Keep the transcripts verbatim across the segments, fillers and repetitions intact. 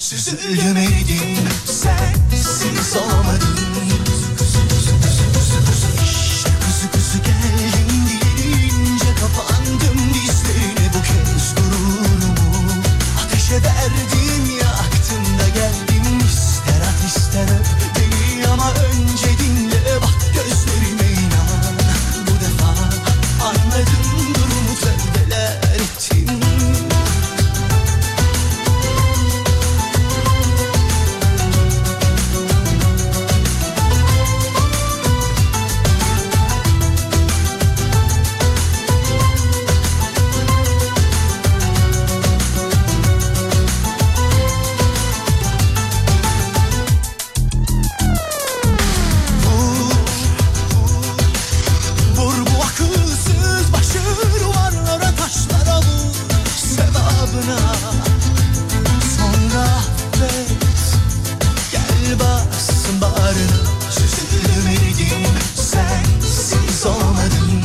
Süzüldüm eridim, sensiz olamadım. İşte kuzu kuzu geldim diyelince kapandım dizlerine. Bu kez gururumu ateşe verdim, yaktım da geldim. İster at ister öp beni ama önce dinle, bak gözlerime inan. Bu defa anladım durumu, tövbeler ettim. Sonra affet, gel bassın bağrına. Süzüldüm eridim, sensiz olmadım.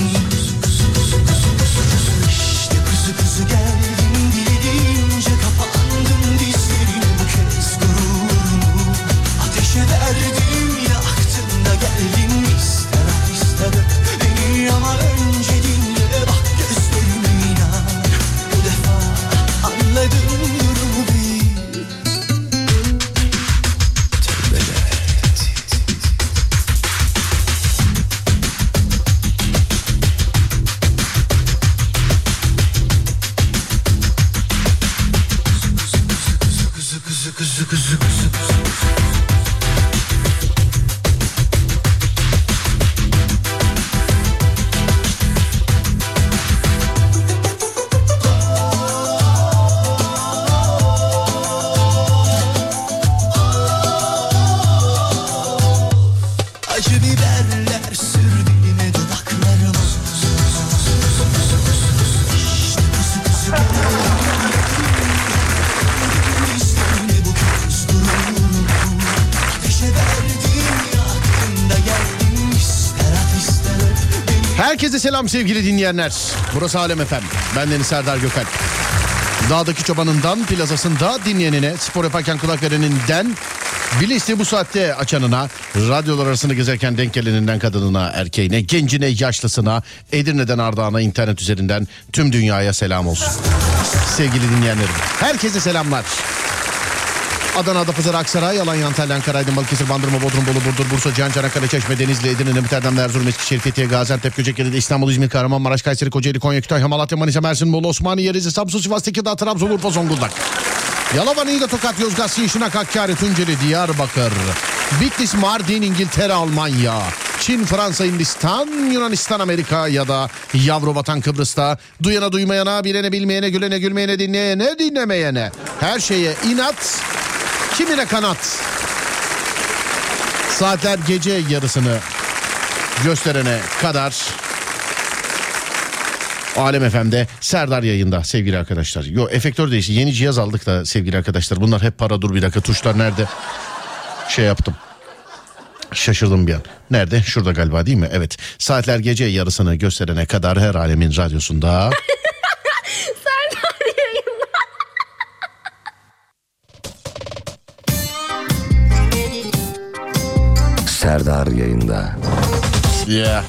İşte kuzu kuzu geldim diyelince kapandım dizlerine. Bu kez gururumu ateşe verdim, yaktım da geldim. İster at ister öp beni ama önce dinle, bak gözlerime inan. Bu defa anladım durumu bir. Tövbeler. Kuzu kuzu kuzu kuzu kuzu kuzu. Acı biberler sür dilime dudaklarıma. İşte kuzu kuzu geldim dizlerine. Bu kez gururumu ateşe verdim, yaktım da geldim. İster at ister öp beni. Herkese selam sevgili dinleyenler. Burası Alem Efem. Ben Deniz Serdar Gökalp. Dağdaki çobanından plazasında dinleyenine, spor yaparken kulak vereninden, Bilis'i bu saatte açanına, radyolar arasında gezerken denk geleninden kadınına, erkeğine, gencine, yaşlısına, Edirne'den Ardahan'a, internet üzerinden tüm dünyaya selam olsun. Sevgili dinleyenlerim, herkese selamlar. Adana, Adapazarı, Aksaray, Alanya, Antalya, Ankara, Aydın, Balıkesir, Bandırma, Bodrum, Bolu, Burdur, Bursa, Cihan, Çanakkale, Çeşme, Denizli, Edirne, Nemrut, Erzurum, Eskişehir, Fethiye, Gaziantep, Göcekere, İstanbul, İzmir, Kahramanmaraş, Kayseri, Kocaeli, Konya, Kütahya, Malatya, Manisa, Mersin, Bolu, Osmaniye, Rize, Samsun, Sivas, Tekirdağ, Trabzon, Urfa, Zonguldak, Yalova, Niğde, Tokat, Yozgat, Şırnak, Hakkari, Tunceli, Diyarbakır, Bitlis, Mardin, İngiltere, Almanya, Çin, Fransa, Hindistan, Yunanistan, Amerika ya da yavru vatan Kıbrıs'ta duyana duymayana, bilene bilmeyene, gülene gülmeyene, dinleyene dinlemeyene, her şeye inat, kimine kanat. Saatler gece yarısını gösterene kadar Alem F M'de Serdar yayında sevgili arkadaşlar. Yo, efektör değişti. Yeni cihaz aldık da sevgili arkadaşlar. Bunlar hep para. Dur bir dakika, tuşlar nerede? Şey yaptım. Şaşırdım bir an. Nerede? Şurada galiba, değil mi? Evet. Saatler gece yarısını gösterene kadar her alemin radyosunda Serdar yayında. Serdar yayında. Yeah.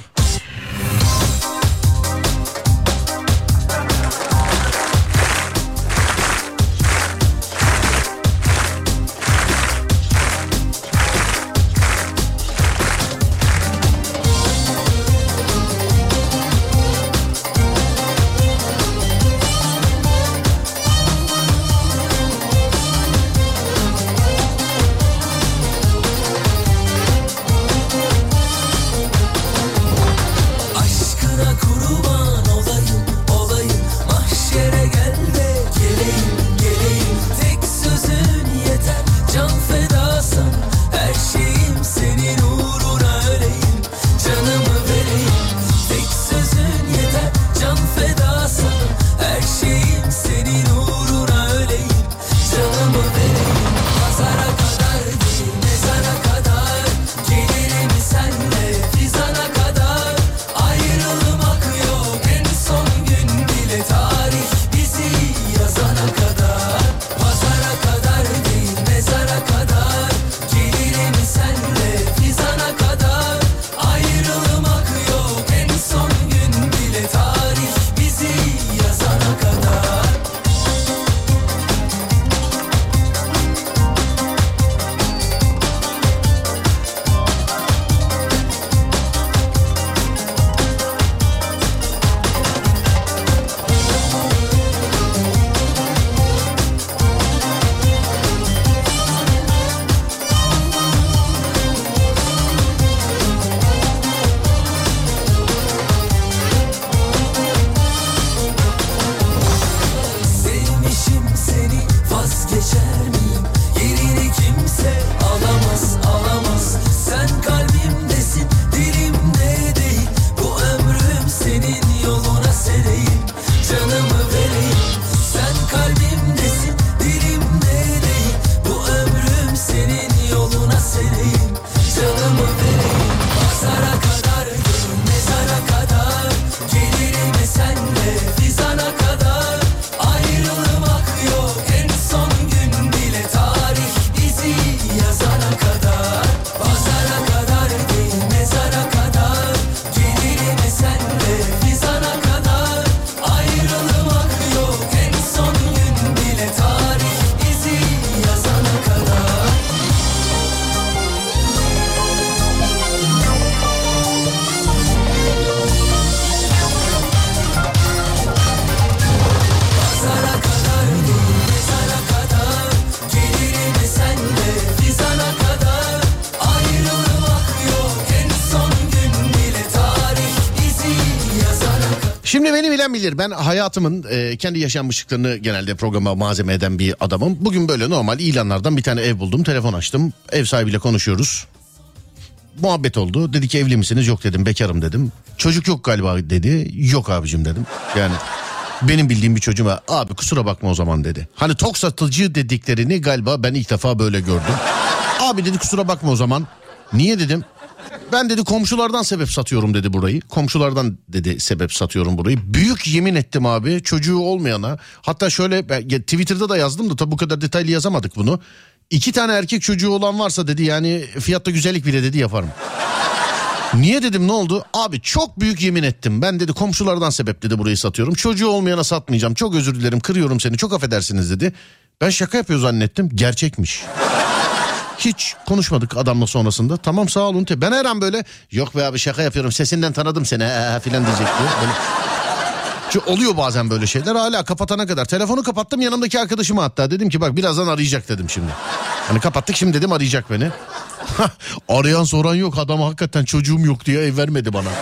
Şimdi beni bilen bilir. Ben hayatımın e, kendi yaşanmışlıklarını genelde programa malzeme eden bir adamım. Bugün böyle normal ilanlardan bir tane ev buldum. Telefon açtım. Ev sahibiyle konuşuyoruz. Muhabbet oldu. Dedi ki evli misiniz? Yok dedim, bekarım dedim. Çocuk yok galiba dedi. Yok abicim dedim. Yani benim bildiğim bir çocuğum var. Abi kusura bakma o zaman dedi. Hani tok satıcı dediklerini galiba ben ilk defa böyle gördüm. Abi dedi kusura bakma o zaman. Niye dedim. Ben dedi komşulardan sebep satıyorum dedi burayı. Komşulardan dedi sebep satıyorum burayı. Büyük yemin ettim abi çocuğu olmayana. Hatta şöyle ben Twitter'da da yazdım da tabi bu kadar detaylı yazamadık bunu. İki tane erkek çocuğu olan varsa dedi yani fiyatta güzellik bile dedi yaparım. Niye dedim ne oldu? Abi çok büyük yemin ettim. Ben dedi komşulardan sebep dedi burayı satıyorum. Çocuğu olmayana satmayacağım. Çok özür dilerim kırıyorum seni çok affedersiniz dedi. Ben şaka yapıyor zannettim. Gerçekmiş. Hiç konuşmadık adamla sonrasında. Tamam sağ olun. Ben her an böyle yok be abi şaka yapıyorum sesinden tanıdım seni ee, filan diyecekti. Böyle... Çünkü oluyor bazen böyle şeyler hala kapatana kadar. Telefonu kapattım yanımdaki arkadaşıma hatta dedim ki bak birazdan arayacak dedim şimdi. Hani kapattık şimdi dedim arayacak beni. Arayan soran yok adam hakikaten çocuğum yok diye ev vermedi bana.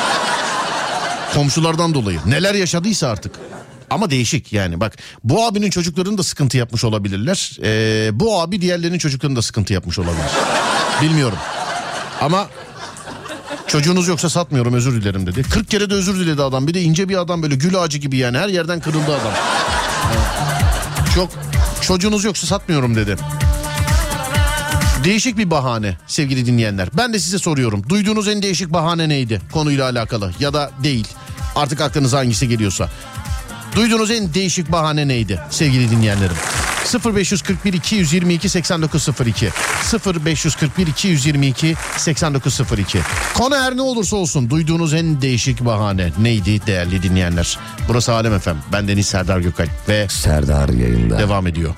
Komşulardan dolayı neler yaşadıysa artık. Ama değişik yani bak bu abinin çocuklarının da sıkıntı yapmış olabilirler. Ee, bu abi diğerlerinin çocuklarının da sıkıntı yapmış olabilir. Bilmiyorum. Ama çocuğunuz yoksa satmıyorum özür dilerim dedi. kırk kere de özür diledi adam. Bir de ince bir adam böyle gül ağacı gibi yani her yerden kırıldı adam. Çok çocuğunuz yoksa satmıyorum dedi. Değişik bir bahane sevgili dinleyenler. Ben de size soruyorum. Duyduğunuz en değişik bahane neydi konuyla alakalı ya da değil. Artık aklınıza hangisi geliyorsa. Duyduğunuz en değişik bahane neydi sevgili dinleyenlerim? sıfır beş kırk bir iki yüz yirmi iki seksen dokuz sıfır iki sıfır beş kırk bir iki yüz yirmi iki seksen dokuz sıfır iki. Konu her ne olursa olsun duyduğunuz en değişik bahane neydi değerli dinleyenler? Burası Alem F M. Bendeniz Serdar Gökalp ve Serdar yayında devam ediyor.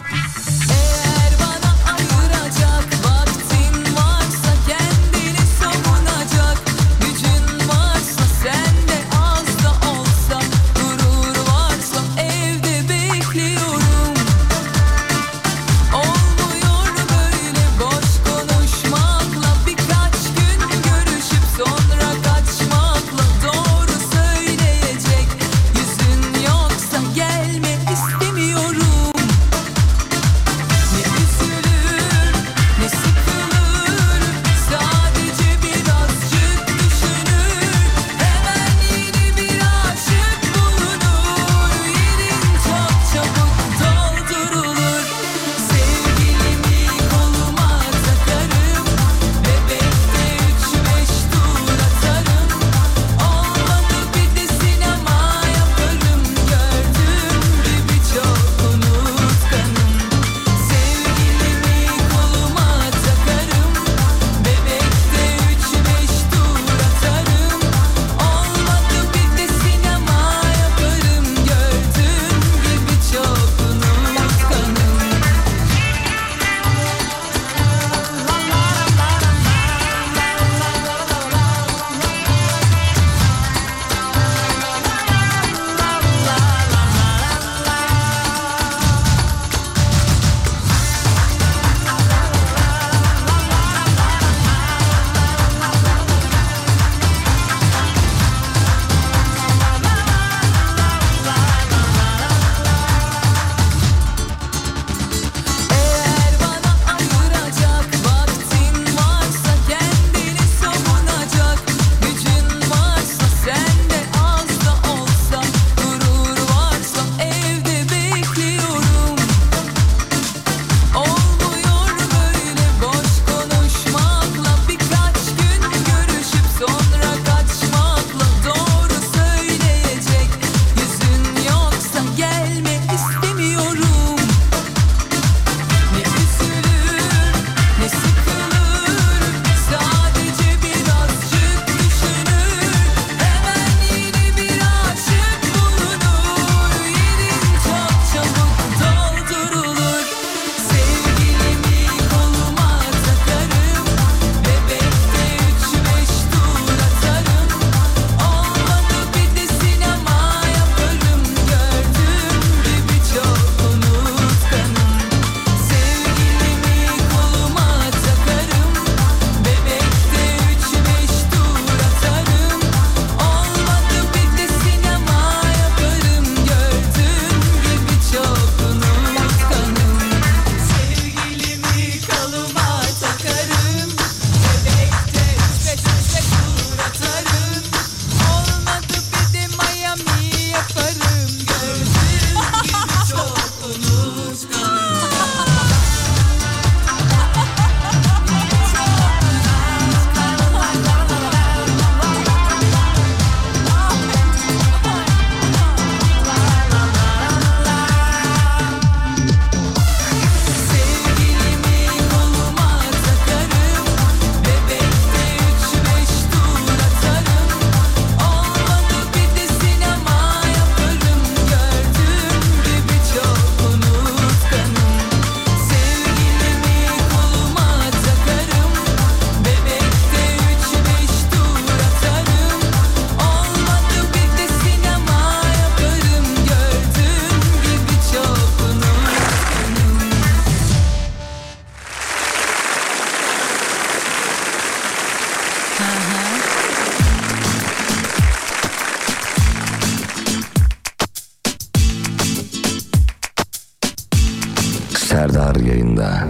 Serdar yayında.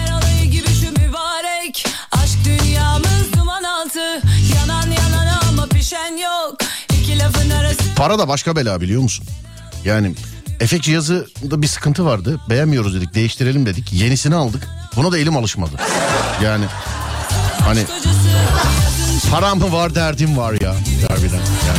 Aşk dünyamız duman altı. Yanan yanan ama pişen yok. İki lafın arası. Para da başka bela biliyor musun? Yani efekt cihazında bir sıkıntı vardı. Beğenmiyoruz dedik, değiştirelim dedik. Yenisini aldık. Buna da elim alışmadı. Yani hani param mı var derdim var ya. Harbiden yani.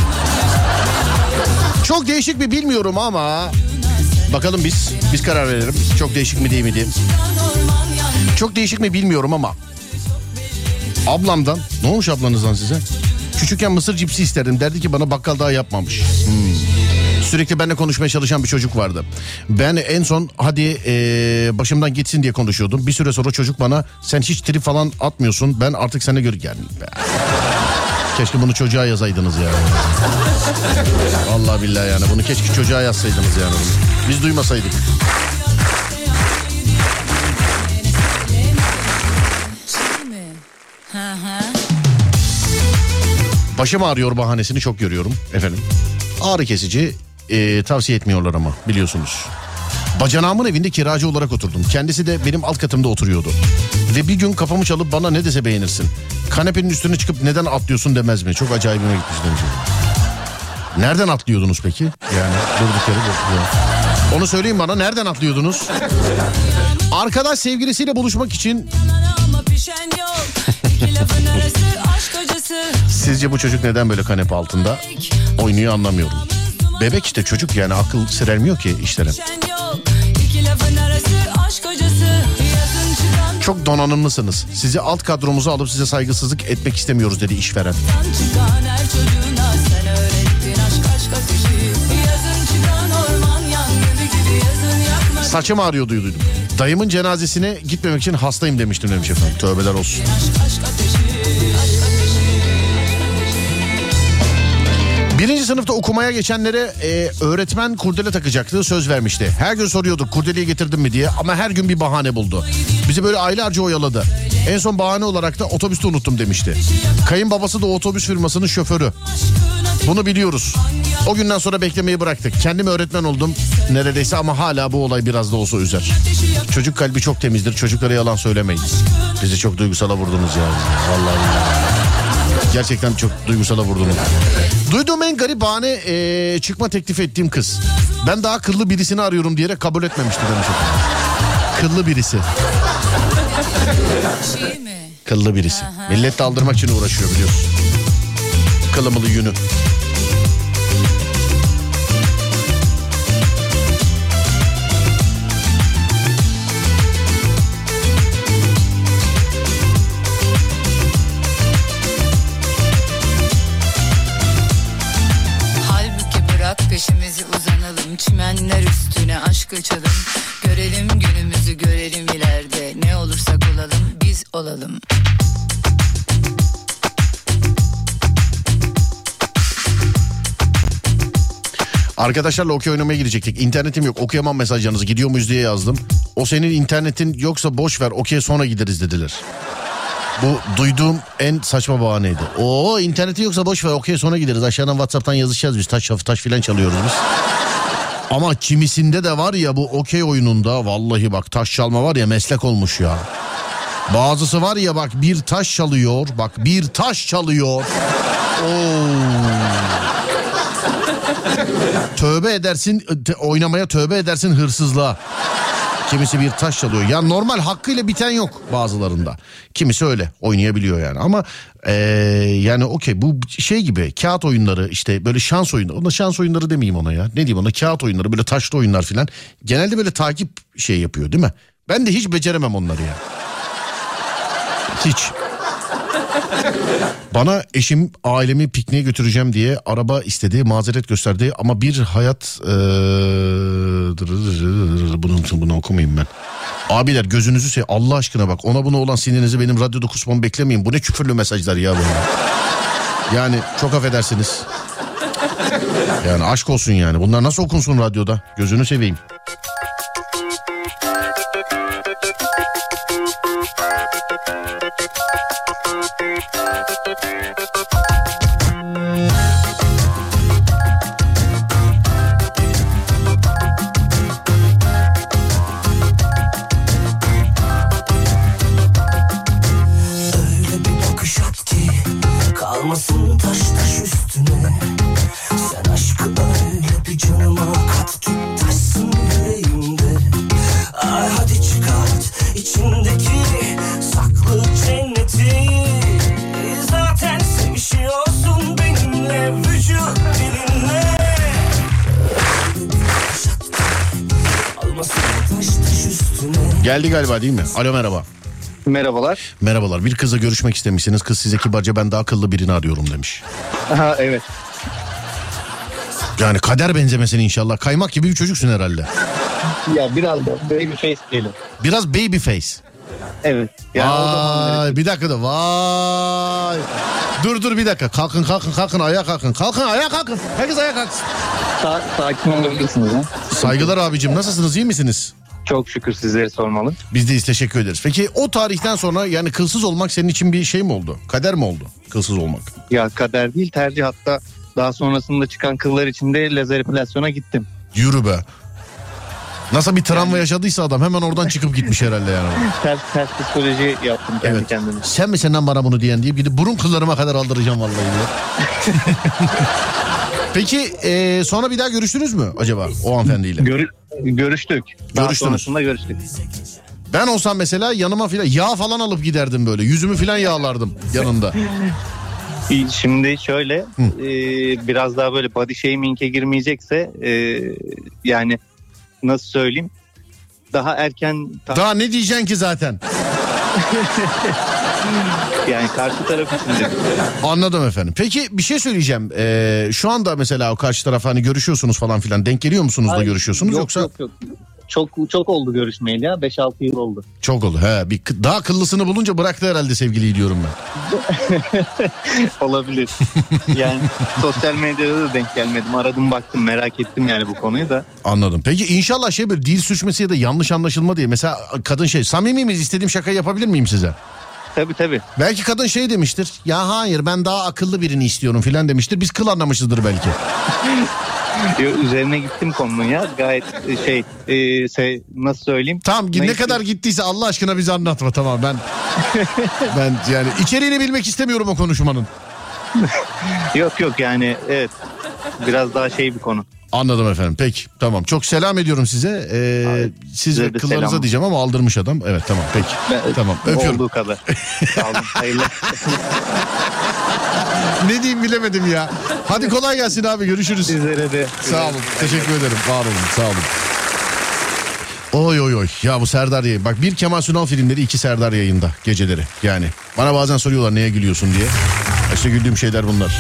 Çok değişik mi bilmiyorum ama bakalım biz biz karar verelim. Çok değişik mi değil mi diye. Çok değişik mi bilmiyorum ama ablamdan, ne olmuş ablanızdan size? Küçükken mısır cipsi isterdim, derdi ki bana bakkal daha yapmamış. Hmm. Sürekli benimle konuşmaya çalışan bir çocuk vardı. Ben en son hadi ee, başımdan gitsin diye konuşuyordum. Bir süre sonra çocuk bana sen hiç trip falan atmıyorsun, ben artık seninle gör... Yani, keşke bunu çocuğa yazaydınız ya. Vallahi billahi yani bunu keşke çocuğa yazsaydınız yani. Biz duymasaydık. Başım ağrıyor bahanesini çok görüyorum efendim. Ağrı kesici e, tavsiye etmiyorlar ama biliyorsunuz. Bacanağımın evinde kiracı olarak oturdum. Kendisi de benim alt katımda oturuyordu. Ve bir gün kapımı çalıp bana ne dese beğenirsin. Kanepenin üstüne çıkıp neden atlıyorsun demez mi? Çok acayibime gitmiş demiş. Nereden atlıyordunuz peki? Yani durduk yere. Onu söyleyin bana, nereden atlıyordunuz? Arkadaş sevgilisiyle buluşmak için... Sizce bu çocuk neden böyle kanepe altında oynuyor anlamıyorum. Bebek işte çocuk yani, akıl sırermiyor ki işlere. Çok donanımlısınız. Sizi alt kadromuza alıp size saygısızlık etmek istemiyoruz dedi işveren. Saçım ağrıyor duydum. Dayımın cenazesine gitmemek için hastayım demiştim demiş efendim. Tövbeler olsun. Birinci sınıfta okumaya geçenlere e, öğretmen kurdele takacaktı, söz vermişti. Her gün soruyorduk kurdeleyi getirdin mi diye ama her gün bir bahane buldu. Bizi böyle aylarca oyaladı. En son bahane olarak da otobüste unuttum demişti. Kayınbabası da otobüs firmasının şoförü. Bunu biliyoruz. O günden sonra beklemeyi bıraktık. Kendim öğretmen oldum neredeyse ama hala bu olay biraz da olsa üzer. Çocuk kalbi çok temizdir. Çocuklara yalan söylemeyin. Bizi çok duygusala vurdunuz ya. Vallahi billahi. Gerçekten çok duygusala vurdunuz. Duyduğum en garip bahane ee, çıkma teklif ettiğim kız. Ben daha kıllı birisini arıyorum diyerek kabul etmemişti demiş. Kıllı birisi. Kıllı birisi. Millet de aldırmak için uğraşıyor biliyorsun. Kılımılı yünü. Peşimizi uzanalım, çimenler üstüne aşk açalım. Görelim günümüzü, görelim ileride. Ne olursak olalım, biz olalım. Arkadaşlarla okey oynamaya gidecektik. İnternetim yok, okuyamam mesajlarınızı, gidiyor muyuz diye yazdım. O senin internetin yoksa boş ver, okey sonra gideriz dediler. Bu duyduğum en saçma bahaneydi. Oo, interneti yoksa boş ver, okey sonra gideriz. Aşağıdan WhatsApp'tan yazışacağız biz. Taş taş filan çalıyoruz biz. Ama kimisinde de var ya bu okey oyununda vallahi bak taş çalma var ya meslek olmuş ya. Bazısı var ya bak bir taş çalıyor. Bak bir taş çalıyor. Oo. Tövbe edersin oynamaya, tövbe edersin hırsızlığa. Kimisi bir taş çalıyor. Ya normal hakkıyla biten yok bazılarında. Kimisi öyle oynayabiliyor yani. Ama ee, yani okey bu şey gibi kağıt oyunları işte böyle şans oyunları. Ona şans oyunları demeyeyim ona ya. Ne diyeyim ona, kağıt oyunları böyle taşlı oyunlar filan. Genelde böyle takip şey yapıyor değil mi? Ben de hiç beceremem onları ya. Hiç. Bana eşim ailemi pikniğe götüreceğim diye araba istedi, mazeret gösterdi ama bir hayat ee... bunu, bunu okumayayım ben. Abiler gözünüzü seveyim Allah aşkına bak, ona buna olan sinirinizi benim radyoda kusmamı beklemeyin. Bu ne küfürlü mesajlar ya bu. Yani çok affedersiniz. Yani aşk olsun yani, bunlar nasıl okunsun radyoda, gözünü seveyim. Geldi galiba değil mi? Alo merhaba. Merhabalar. Merhabalar. Bir kızla görüşmek istemişsiniz. Kız size kibarca ben daha akıllı birini arıyorum demiş. Aha, evet. Yani kader benzemesin inşallah. Kaymak gibi bir çocuksun herhalde. Ya biraz da baby face diyelim. Biraz baby face. Evet. Yani o zaman Vay bir dakika da vay. Dur dur bir dakika. Kalkın kalkın kalkın ayağa kalkın. Kalkın ayağa kalkın. Herkes ayağa kalksın. sa- sakin olabilirsiniz. Ha? Saygılar abicim, nasılsınız, iyi misiniz? Çok şükür, sizleri sormalı. Biz deyiz, teşekkür ederiz. Peki o tarihten sonra yani kılsız olmak senin için bir şey mi oldu? Kader mi oldu kılsız olmak? Ya kader değil, tercih. Hatta daha sonrasında çıkan kıllar için de lazer epilasyona gittim. Yürü be. Nasıl bir travma yaşadıysa adam hemen oradan çıkıp gitmiş herhalde yani. Ters ters psikoloji yaptım kendi Evet. kendime. Sen mi senden bana bunu diyen deyip gidip burun kıllarıma kadar aldıracağım vallahi. Peki e, sonra bir daha görüştünüz mü acaba o hanımefendiyle? Görü- görüştük. Daha Görüştünüz. sonrasında görüştük. Ben olsam mesela yanıma filan yağ falan alıp giderdim böyle. Yüzümü filan yağlardım yanında. Şimdi şöyle e, biraz daha böyle body shaming'e girmeyecekse e, yani nasıl söyleyeyim, daha erken ta- Daha ne diyeceksin ki zaten? yani karşı taraf için de. Anladım efendim. Peki bir şey söyleyeceğim. Ee, şu anda mesela o karşı taraf hani görüşüyorsunuz falan filan. Denk geliyor musunuz da Ay, görüşüyorsunuz yok, yoksa? Yok yok Çok çok oldu görüşmeyeli ya. beş altı yıl oldu. Çok oldu. He, bir kı- daha kıllısını bulunca bıraktı herhalde sevgiliyi diyorum ben. Olabilir. Yani sosyal medyada da denk gelmedim. Aradım baktım, merak ettim yani bu konuyu da. Anladım. Peki inşallah şey bir dil sürçmesi ya da yanlış anlaşılma diye. Mesela kadın şey, samimi miyiz, istediğim şakayı yapabilir miyim size? Tabii tabii. Belki kadın şey demiştir. Ya hayır, ben daha akıllı birini istiyorum filan demiştir. Biz kıl anlamışızdır belki. Yo, üzerine gittim konunun ya. Gayet şey e, se- nasıl söyleyeyim? Tamam, ne Neyse. kadar gittiyse Allah aşkına bize anlatma, tamam ben. Ben yani içeriğini bilmek istemiyorum o konuşmanın. Yok yok yani evet. Biraz daha şey bir konu. Anladım efendim. Peki tamam. Çok selam ediyorum size. Ee, Abi, siz size ve de kıllarınıza selam. diyeceğim ama aldırmış adam. Evet tamam peki. Ben- Tamam öpüyorum. Olduğu kadar. Sağ olun. Hayırlı. Ne diyeyim bilemedim ya. Hadi kolay gelsin abi, görüşürüz. Sizlere de. Sağ olun. Teşekkür ederim. Var olun. Sağ olun. Oy oy oy. Ya bu Serdar yayın. Bak bir Kemal Sunal filmleri, iki Serdar yayında geceleri. Yani bana bazen soruyorlar neye gülüyorsun diye. İşte güldüğüm şeyler bunlar.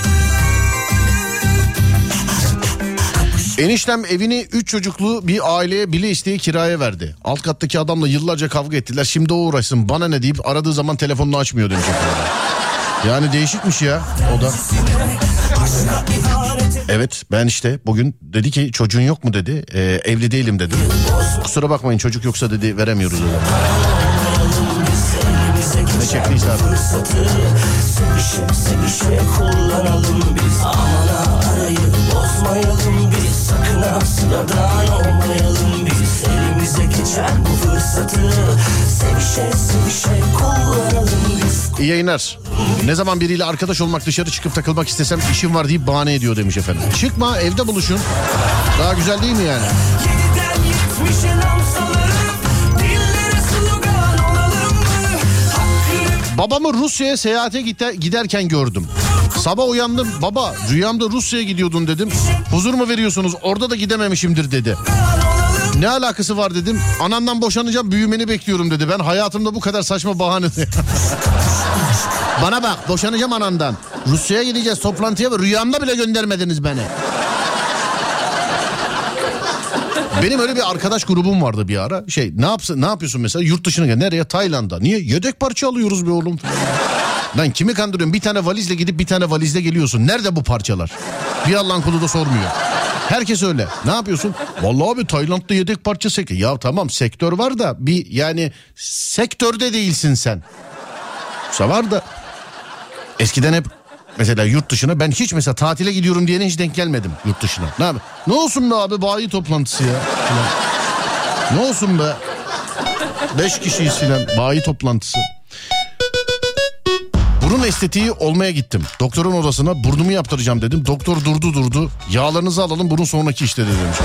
Eniştem evini üç çocuklu bir aileye bile isteği kiraya verdi. Alt kattaki adamla yıllarca kavga ettiler. Şimdi o uğraşsın bana ne deyip aradığı zaman telefonunu açmıyor demiş. Yani değişikmiş ya o da. Evet ben işte bugün dedi ki çocuğun yok mu dedi. Ee, evli değilim dedim. Kusura bakmayın çocuk yoksa dedi veremiyoruz dedi. Ne çektiyse artık. Sevişip sevişe kullanalım biz. Amana arayı bozmayalım biz. Sakın ha sıradan olmayalım biz. Elimize geçen bu fırsatı sevişe sevişe kullanalım biz. İyi yayınlar. Ne zaman biriyle arkadaş olmak, dışarı çıkıp takılmak istesem işim var deyip bahane ediyor demiş efendim. Çıkma, evde buluşun. Daha güzel değil mi yani? Yeniden yetmişe nam salarım. Dillere slogan olalım mı? Hakkını Babamı Rusya'ya seyahate gide- giderken gördüm. Sabah uyandım, baba rüyamda Rusya'ya gidiyordun dedim. Huzur mu veriyorsunuz, orada da gidememişimdir dedi. Ne alakası var dedim. Anandan boşanacağım, büyümeni bekliyorum dedi. Ben hayatımda bu kadar saçma bahane... Bana bak, boşanacağım anandan. Rusya'ya gideceğiz toplantıya ve rüyamda bile göndermediniz beni. Benim öyle bir arkadaş grubum vardı bir ara. Şey ne yapsın, ne yapıyorsun mesela yurt dışına gel. Nereye? Tayland'a. Niye? Yedek parça alıyoruz be oğlum. Lan kimi kandırıyorsun? Bir tane valizle gidip bir tane valizle geliyorsun. Nerede bu parçalar? Bir Allah'ın kulu da sormuyor. Herkes öyle. Ne yapıyorsun? Vallahi abi Tayland'da yedek parça sektör. Ya tamam sektör var da bir yani sektörde değilsin sen. Yoksa var da eskiden hep mesela yurt dışına ben hiç mesela tatile gidiyorum diyene hiç denk gelmedim yurt dışına. Ne abi? Ne olsun be abi bayi toplantısı ya. Falan. Ne olsun be? Beş kişiyiz filan bayi toplantısı. Burun estetiği olmaya gittim. Doktorun odasına burnumu yaptıracağım dedim. Doktor durdu durdu. Yağlarınızı alalım burun sonraki işte dedi demiş.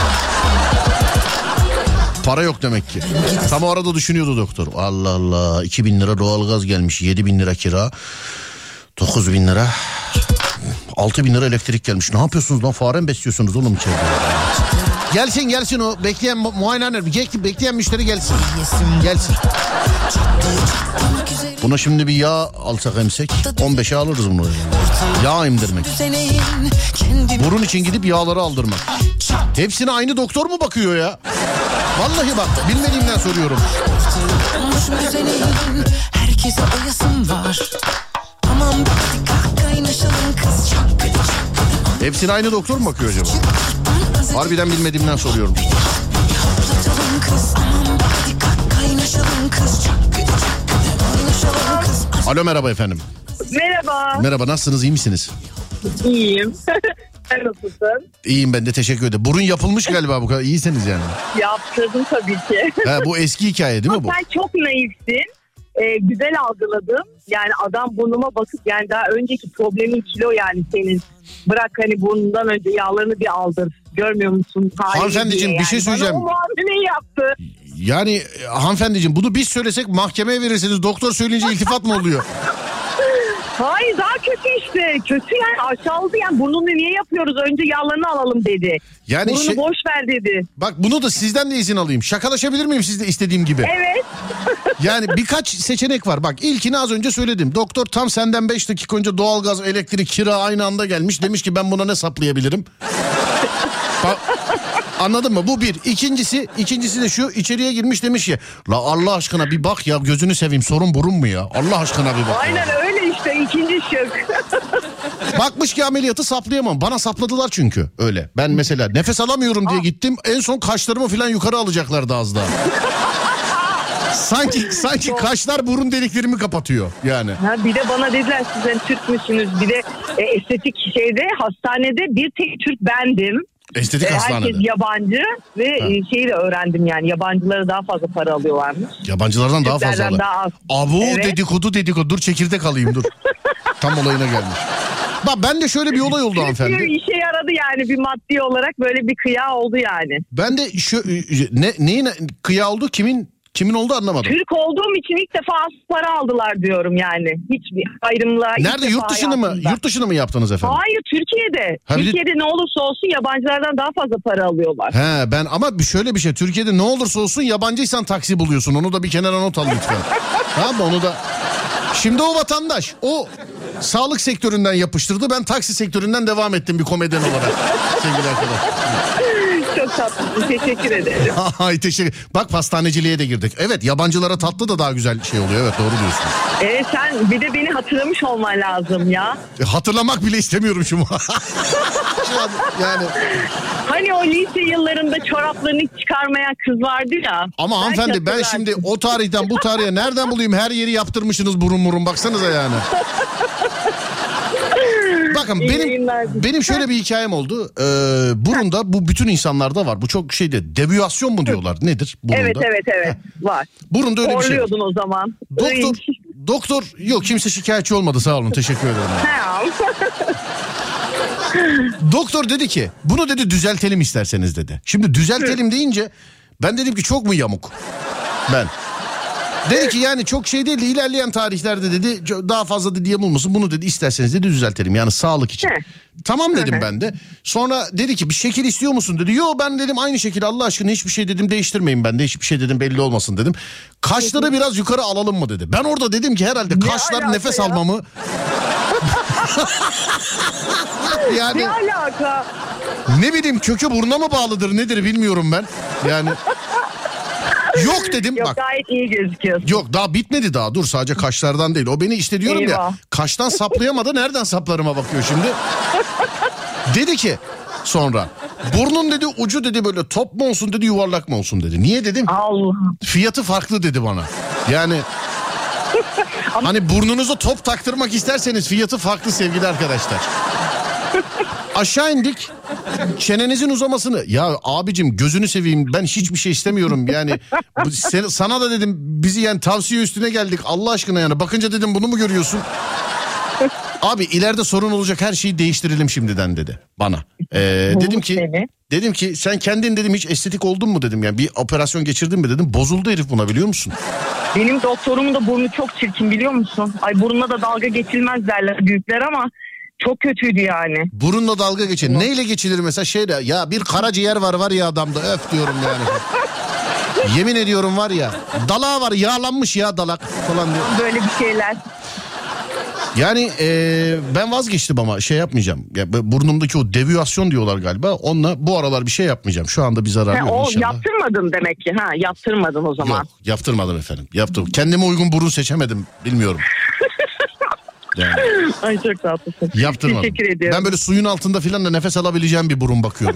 Para yok demek ki. Tam o arada düşünüyordu doktor. Allah Allah iki bin lira doğalgaz gelmiş. Yedi bin lira kira. Dokuz bin lira. Altı bin lira elektrik gelmiş. Ne yapıyorsunuz lan, fare mi besliyorsunuz oğlum içeride? Gelsin gelsin o bekleyen mu- muayenehane bekleyen müşteri gelsin. Gelsin. Buna şimdi bir yağ alsak emsek on beşe alırız bunu. Yağ emdirmek. Burun için gidip yağları aldırmak. Hepsine aynı doktor mu bakıyor ya? Vallahi bak bilmediğimden soruyorum. Herkese oyasım var. Aman dikkat kaynaşalım kız çok kötü. Hepsine aynı doktor mu bakıyor acaba? Harbiden bilmediğimden soruyorum. Alo merhaba efendim. Merhaba. Merhaba nasılsınız iyi misiniz? İyiyim. Sen nasılsın? İyiyim ben de teşekkür ederim. Burun yapılmış galiba bu kadar iyisiniz yani. Yaptırdım tabii ki. He, bu eski hikaye değil mi bu? Sen çok naifsin. Ee, güzel algıladım. Yani adam burnuma bakıp yani daha önceki problemin kilo yani senin. Bırak hani burnundan önce yağlarını bir aldır. Görmüyor musun? Hanımefendiciğim bir şey söyleyeceğim. Bana o muameleyi yaptı. Yani e, hanımefendiciğim bunu biz söylesek mahkemeye verirsiniz. Doktor söyleyince iltifat mı oluyor? Hayır daha kötü işte. Kötü yani aşağıladı yani burnunu niye yapıyoruz? Önce yağlarını alalım dedi. Yani Burnunu şey- boş ver dedi. Bak bunu da sizden de izin alayım. Şakalaşabilir miyim sizle istediğim gibi? Evet. Yani birkaç seçenek var. Bak ilkini az önce söyledim. Doktor tam senden beş dakika önce doğalgaz, elektrik, kira aynı anda gelmiş. Demiş ki ben buna ne saplayabilirim? Bak, anladın mı? Bu bir. İkincisi, ikincisi de şu içeriye girmiş demiş ya. La Allah aşkına bir bak ya gözünü seveyim sorun burun mu ya? Allah aşkına bir bak. Aynen ya. öyle işte ikinci şık. Bakmış ki ameliyatı saplayamam. Bana sapladılar çünkü öyle. Ben mesela nefes alamıyorum diye gittim. En son kaşlarımı falan yukarı alacaklardı az daha. Sanki sanki kaşlar burun deliklerimi kapatıyor yani. Ha, bir de bana dediler siz hani Türk müsünüz? Bir de e, estetik şeyde hastanede bir tek Türk bendim. Estetik E, hastanede. herkes yabancı ve e, şeyi de öğrendim yani yabancılara daha fazla para alıyorlarmış. Yabancılardan daha fazla Türklerden alır. daha az. Abu Evet. dedikodu dedikodu. Dur çekirdek alayım dur. Tam olayına gelmiş. Bak ben de şöyle bir olay oldu Bir hanımefendi. işe yaradı yani bir maddi olarak böyle bir kıya oldu yani. Ben de şu ne neyin kıya oldu kimin kimin oldu anlamadım. Türk olduğum için ilk defa az para aldılar diyorum yani. Hiçbir ayrımla. ilk Nerede defa yurt dışını mı hayatımda. yurt dışını mı yaptınız efendim? Hayır Türkiye'de. Ha, bir de- Türkiye'de ne olursa olsun yabancılardan daha fazla para alıyorlar. He ben ama bir şöyle bir şey Türkiye'de ne olursa olsun yabancıysan taksi buluyorsun onu da bir kenara not al lütfen. Tamam mı onu da. Şimdi o vatandaş o sağlık sektöründen yapıştırdı ben taksi sektöründen devam ettim bir komedyen olarak sevgili arkadaşlar. Çok tatlısın. Teşekkür ederim. Ay teşekkür. Bak pastaneciliğe de girdik. Evet yabancılara tatlı da daha güzel şey oluyor. Evet doğru diyorsun. Ee, sen bir de beni hatırlamış olman lazım ya. E, hatırlamak bile istemiyorum şu an. Şu an yani. Hani o lise yıllarında çoraplarını çıkarmayan kız vardı ya. Ama Belki hanımefendi ben hatırlarsın. şimdi o tarihten bu tarihe nereden bulayım? Her yeri yaptırmışsınız burun burun baksanıza yani. Bakın İyi benim yayınlar. benim şöyle bir hikayem oldu. Ee, burunda bu bütün insanlarda var. Bu çok şeyde devüasyon mu diyorlar? Nedir burunda? Evet evet evet var. Burunda öyle bir şey. var. Horluyordun o zaman. Doktor Iğrenç. doktor yok kimse şikayetçi olmadı sağ olun teşekkür ederim. Ha. Doktor dedi ki bunu dedi düzeltelim isterseniz dedi. Şimdi düzeltelim deyince ben dedim ki çok mu yamuk? Ben. Dedi ki yani çok şey değil ilerleyen tarihlerde dedi daha fazla dedi yamulmasın bunu dedi isterseniz dedi düzeltelim yani sağlık için. Heh. Tamam dedim ben de. Sonra dedi ki bir şekil istiyor musun dedi. Yo ben dedim aynı şekil Allah aşkına hiçbir şey dedim değiştirmeyin ben de hiçbir şey dedim belli olmasın dedim. Kaşları biraz yukarı alalım mı dedi. Ben orada dedim ki herhalde kaşlar alaka nefes ya? almamı. Yani Ne alaka? ne bileyim kökü buruna mı bağlıdır nedir bilmiyorum ben. Yani yok dedim Yok bak. gayet iyi gözüküyorsun. Yok daha bitmedi daha dur sadece kaşlardan değil. O beni işte diyorum ya Eyvah. kaştan saplayamadı nereden saplarıma bakıyor şimdi. Dedi ki sonra burnun dedi ucu dedi böyle top mu olsun dedi yuvarlak mı olsun dedi. Niye dedim Allah. fiyatı farklı dedi bana. Yani hani burnunuza top taktırmak isterseniz fiyatı farklı sevgili arkadaşlar. Aşağı indik. Çenenizin uzamasını ya abicim gözünü seveyim ben hiçbir şey istemiyorum yani bu, sen, sana da dedim bizi yani tavsiye üstüne geldik Allah aşkına yani bakınca dedim bunu mu görüyorsun? Abi ileride sorun olacak her şeyi değiştirelim şimdiden dedi bana. Ee, dedim ki seni. dedim ki sen kendin dedim hiç estetik oldun mu dedim yani bir operasyon geçirdin mi dedim bozuldu herif buna biliyor musun? Benim doktorumun da burnu çok çirkin biliyor musun? Ay burnuna da dalga geçilmez derler büyükler ama Çok kötüydü yani. Burunla dalga geçer. Neyle geçilir mesela şeyle? Ya bir karaciğer var var ya adamda. Öf diyorum yani. Yemin ediyorum var ya. Dalağı var, yağlanmış ya dalak falan diyor. Böyle bir şeyler. Yani ee, ben vazgeçtim ama şey yapmayacağım. Ya, burnumdaki o devüasyon diyorlar galiba. Onunla bu aralar bir şey yapmayacağım. Şu anda bir zarar Ha, yok o inşallah. yaptırmadın demek ki. Ha, yaptırmadın o zaman. Yok, yaptırmadım efendim. Yaptım. Kendime uygun burun seçemedim. Bilmiyorum. Yani. Ay çok tatlısın. Yaptırmadım. Teşekkür ediyorum. Ben böyle suyun altında filan da nefes alabileceğim bir burun bakıyorum.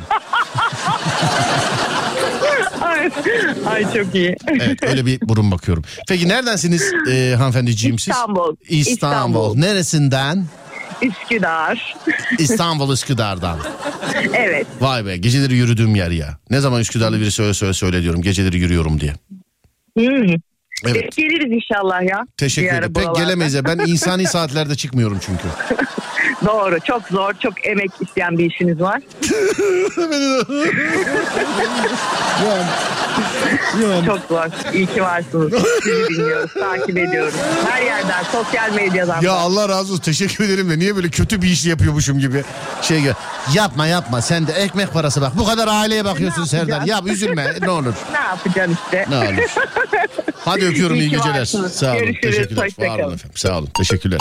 Ay, ay çok iyi. Evet, öyle bir burun bakıyorum. Peki neredensiniz e, hanımefendiciğim siz? İstanbul. İstanbul. İstanbul. Neresinden? Üsküdar. İstanbul Üsküdar'dan. Evet. Vay be, geceleri yürüdüğüm yer ya. Ne zaman Üsküdar'lı biri söyle söyle söyle diyorum. Geceleri yürüyorum diye. Hmm. Evet. Geliriz inşallah ya. Teşekkür Bir ara ederim. Pek buralarda. gelemeyiz ya. Ben insani saatlerde çıkmıyorum çünkü. Doğru. Çok zor. Çok emek isteyen bir işiniz var. yani, yani. Çok zor. İyi ki varsınız. Sizi dinliyoruz. Takip ediyoruz. Her yerden. Sosyal medyadan. Ya da. Allah razı olsun, teşekkür ederim de niye böyle kötü bir iş yapıyormuşum gibi şey gel. Yapma yapma, sen de ekmek parası bak. Bu kadar aileye bakıyorsun Serdar. Yap, üzülme ne olur. Ne yapacaksın işte? Ne olur. Hadi öpüyorum, iyi, İyi ki geceler. varsınız. Sağ olun. Görüşürüz, Teşekkürler. hoşça Var olun kalın. efendim. Sağ olun. Teşekkürler.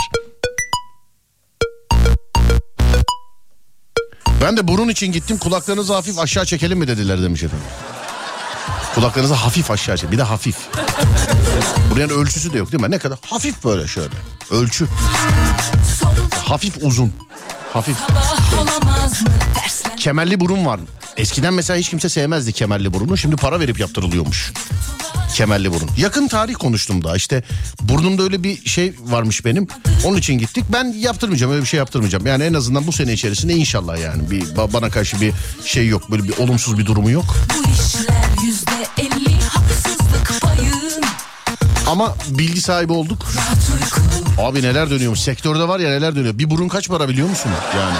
Ben de burun için gittim. Kulaklarınızı hafif aşağı çekelim mi dediler demiş efendim. Kulaklarınızı hafif aşağı çekelim. Bir de hafif. Buranın ölçüsü de yok değil mi? Ne kadar? Hafif böyle şöyle. Ölçü. Hafif uzun. Hafif. Kemerli burun var. Eskiden mesela hiç kimse sevmezdi kemerli burunu. Şimdi para verip yaptırılıyormuş. Kemerli burun. Yakın tarih konuştum da işte burnumda öyle bir şey varmış benim. Onun için gittik. Ben yaptırmayacağım, öyle bir şey yaptırmayacağım. Yani en azından bu sene içerisinde inşallah yani bir bana karşı bir şey yok, böyle bir olumsuz bir durumu yok. Bu işler yüzde elli haksızlık payı. Ama bilgi sahibi olduk. Abi neler dönüyormuş sektörde, var ya neler dönüyor. Bir burun kaç para biliyor musun yani?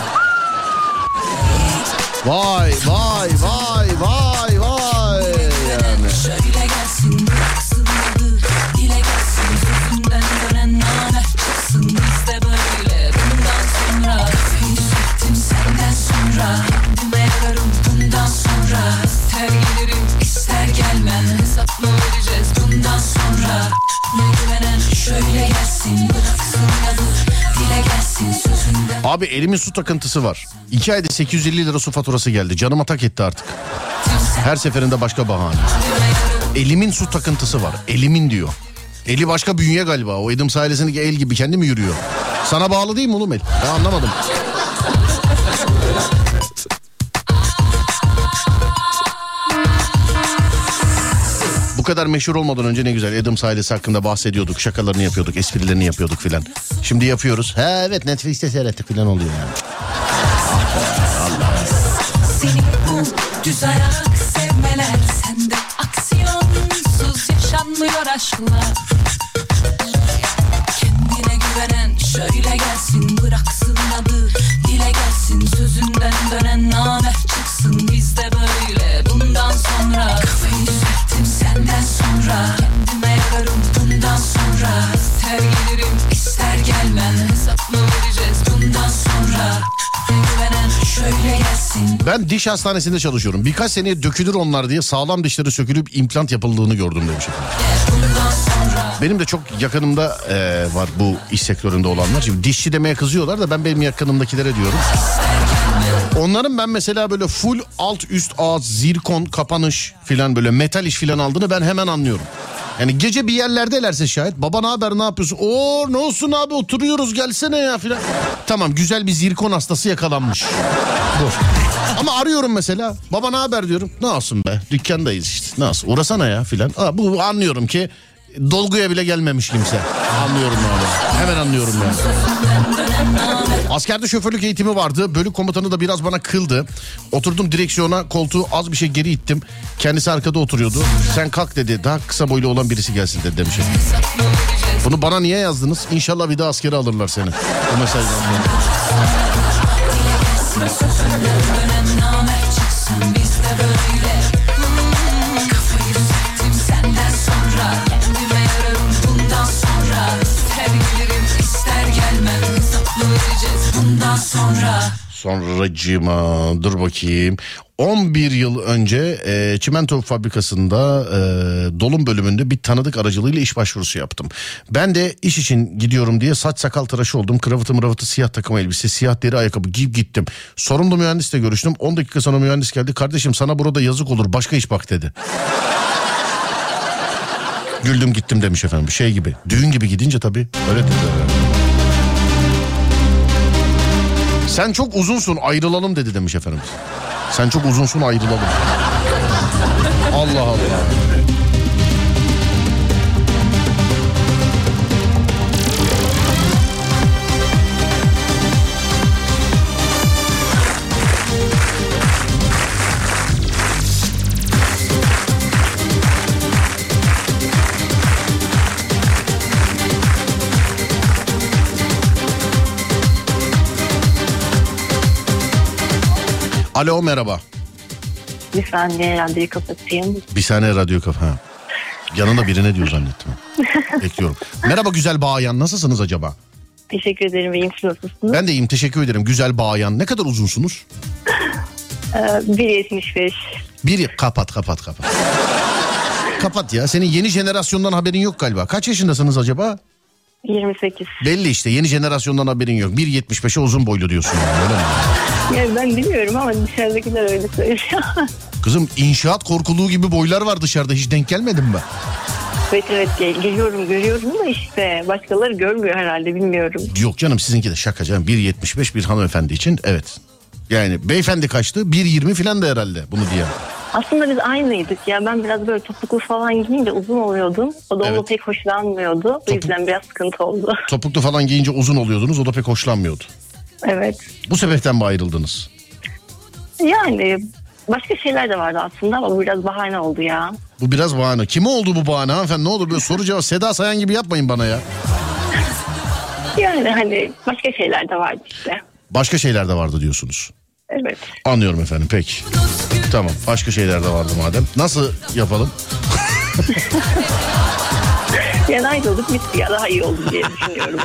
Vay vay vay vay vay yani. Şöyle gelsin bıraksın adı, dile gelsin sözünden dönen namer çıksın. Biz de böyle bundan sonra kafayı söktüm senden sonra. Kendime yararım bundan sonra. İster gelirim ister gelmem, hesap mı vereceğiz bundan sonra. Ne güvenen şöyle gelsin bıraksın adı, dile gelsin sözünden. Abi elimin su takıntısı var. İki ayda sekiz yüz elli lira su faturası geldi. Canıma tak etti artık. Her seferinde başka bahane. Elimin su takıntısı var. Elimin diyor. Eli başka bünye galiba. O Edim ailesindeki el gibi kendi mi yürüyor? Sana bağlı değil mi oğlum el? Ben anlamadım. Bu kadar meşhur olmadan önce ne güzel Edim ailesi hakkında bahsediyorduk. Şakalarını yapıyorduk, esprilerini yapıyorduk filan. Şimdi yapıyoruz. He evet, Netflix'te seyrettik filan oluyor yani. Seni bu düz ayak sevmeler, sende aksiyonsuz yaşanmıyor aşklar. Kendine güvenen şöyle gelsin bıraksın adı, dile gelsin sözünden dönen namer çıksın. Biz de böyle bundan sonra kafayı söktüm senden sonra. Kendime yararım bundan sonra. İster gelirim ister gelmem, hesap mı vereceğiz bundan sonra. Güvenen şöyle gelsin. Ben diş hastanesinde çalışıyorum. Birkaç seneye dökülür onlar diye sağlam dişleri sökülüp implant yapıldığını gördüm demiş efendim. Benim de çok yakınımda e, var bu iş sektöründe olanlar. Şimdi dişçi demeye kızıyorlar da ben benim yakınımdakilere diyorum. Onların ben mesela böyle full alt üst ağız, zirkon, kapanış filan, böyle metal iş filan aldığını ben hemen anlıyorum. Yani gece bir yerlerdelerse şayet, baba ne haber ne yapıyorsun? Oo ne olsun abi, oturuyoruz gelsene ya filan. Tamam, güzel bir zirkon hastası yakalanmış. Bu. Ama arıyorum mesela, baba ne haber diyorum. Ne olsun be, dükkandayız işte. Nasıl uğrasana ya filan. Aa, bu anlıyorum ki dolguya bile gelmemiş kimse. Anlıyorum abi. Hemen anlıyorum yani. Askerde şoförlük eğitimi vardı. Bölük komutanı da biraz bana kıldı. Oturdum direksiyona, koltuğu az bir şey geri ittim. Kendisi arkada oturuyordu. Sen kalk dedi. Daha kısa boylu olan birisi gelsin dedi demişim. Bunu bana niye yazdınız? İnşallah bir daha askere alırlar seni. Bu mesajdan sonra. Sonracığıma dur bakayım. on bir yıl önce e, çimento fabrikasında e, dolum bölümünde bir tanıdık aracılığıyla iş başvurusu yaptım. Ben de iş için gidiyorum diye saç sakal tıraşı oldum. Kravatı mıravatı siyah takım elbise, siyah deri ayakkabı giyip gittim. Sorumlu mühendisle görüştüm. on dakika sonra mühendis geldi. Kardeşim sana burada yazık olur, başka iş bak dedi. Güldüm gittim demiş efendim. Şey gibi, düğün gibi gidince tabii öyle dedi. Sen çok uzunsun, ayrılalım dedi demiş efendim. Sen çok uzunsun, ayrılalım. Allah Allah. Alo merhaba. Bir saniye radyoyu kapatayım. Bir saniye radyo kafa. Ha. Yanında birine diyor zannettim. Bekliyorum. Merhaba güzel bayan, nasılsınız acaba? Teşekkür ederim. İyiyim, siz nasılsınız? Ben de iyiyim, teşekkür ederim. Güzel bayan. Ne kadar uzunsunuz? Ee, bir yetmiş beş. Bir kapat kapat kapat. Kapat ya. Senin yeni jenerasyondan haberin yok galiba. Kaç yaşındasınız acaba? yirmi sekiz. Belli işte, yeni jenerasyondan haberin yok. bir yetmiş beşe uzun boylu diyorsun yani, öyle mi? Yani ben bilmiyorum ama dışarıdakiler öyle söylüyor. Kızım inşaat korkuluğu gibi boylar var dışarıda, hiç denk gelmedin mi? Evet evet gel- geliyorum görüyorum da işte başkaları görmüyor herhalde, bilmiyorum. Yok canım, sizinki de şaka canım. bir yetmiş beş bir hanımefendi için evet. Yani beyefendi kaçtı? bir yirmi falan da herhalde bunu diyen. Aslında biz aynıydık ya, ben biraz böyle topuklu falan giyince uzun oluyordum. O da Evet. onu pek hoşlanmıyordu. O yüzden biraz sıkıntı oldu. Topuklu falan giyince uzun oluyordunuz, o da pek hoşlanmıyordu. Evet. Bu sebepten mi ayrıldınız? Yani başka şeyler de vardı aslında ama bu biraz bahane oldu ya. Bu biraz bahane. Kime oldu bu bahane hanımefendi? Ne olur böyle soru cevap Seda Sayan gibi yapmayın bana ya. Yani hani başka şeyler de vardı işte. Başka şeyler de vardı diyorsunuz. Evet. Anlıyorum efendim, peki. Tamam, başka şeyler de vardı madem. Nasıl yapalım? Yani ayrıldık bitti ya, daha iyi oldu diye düşünüyorum.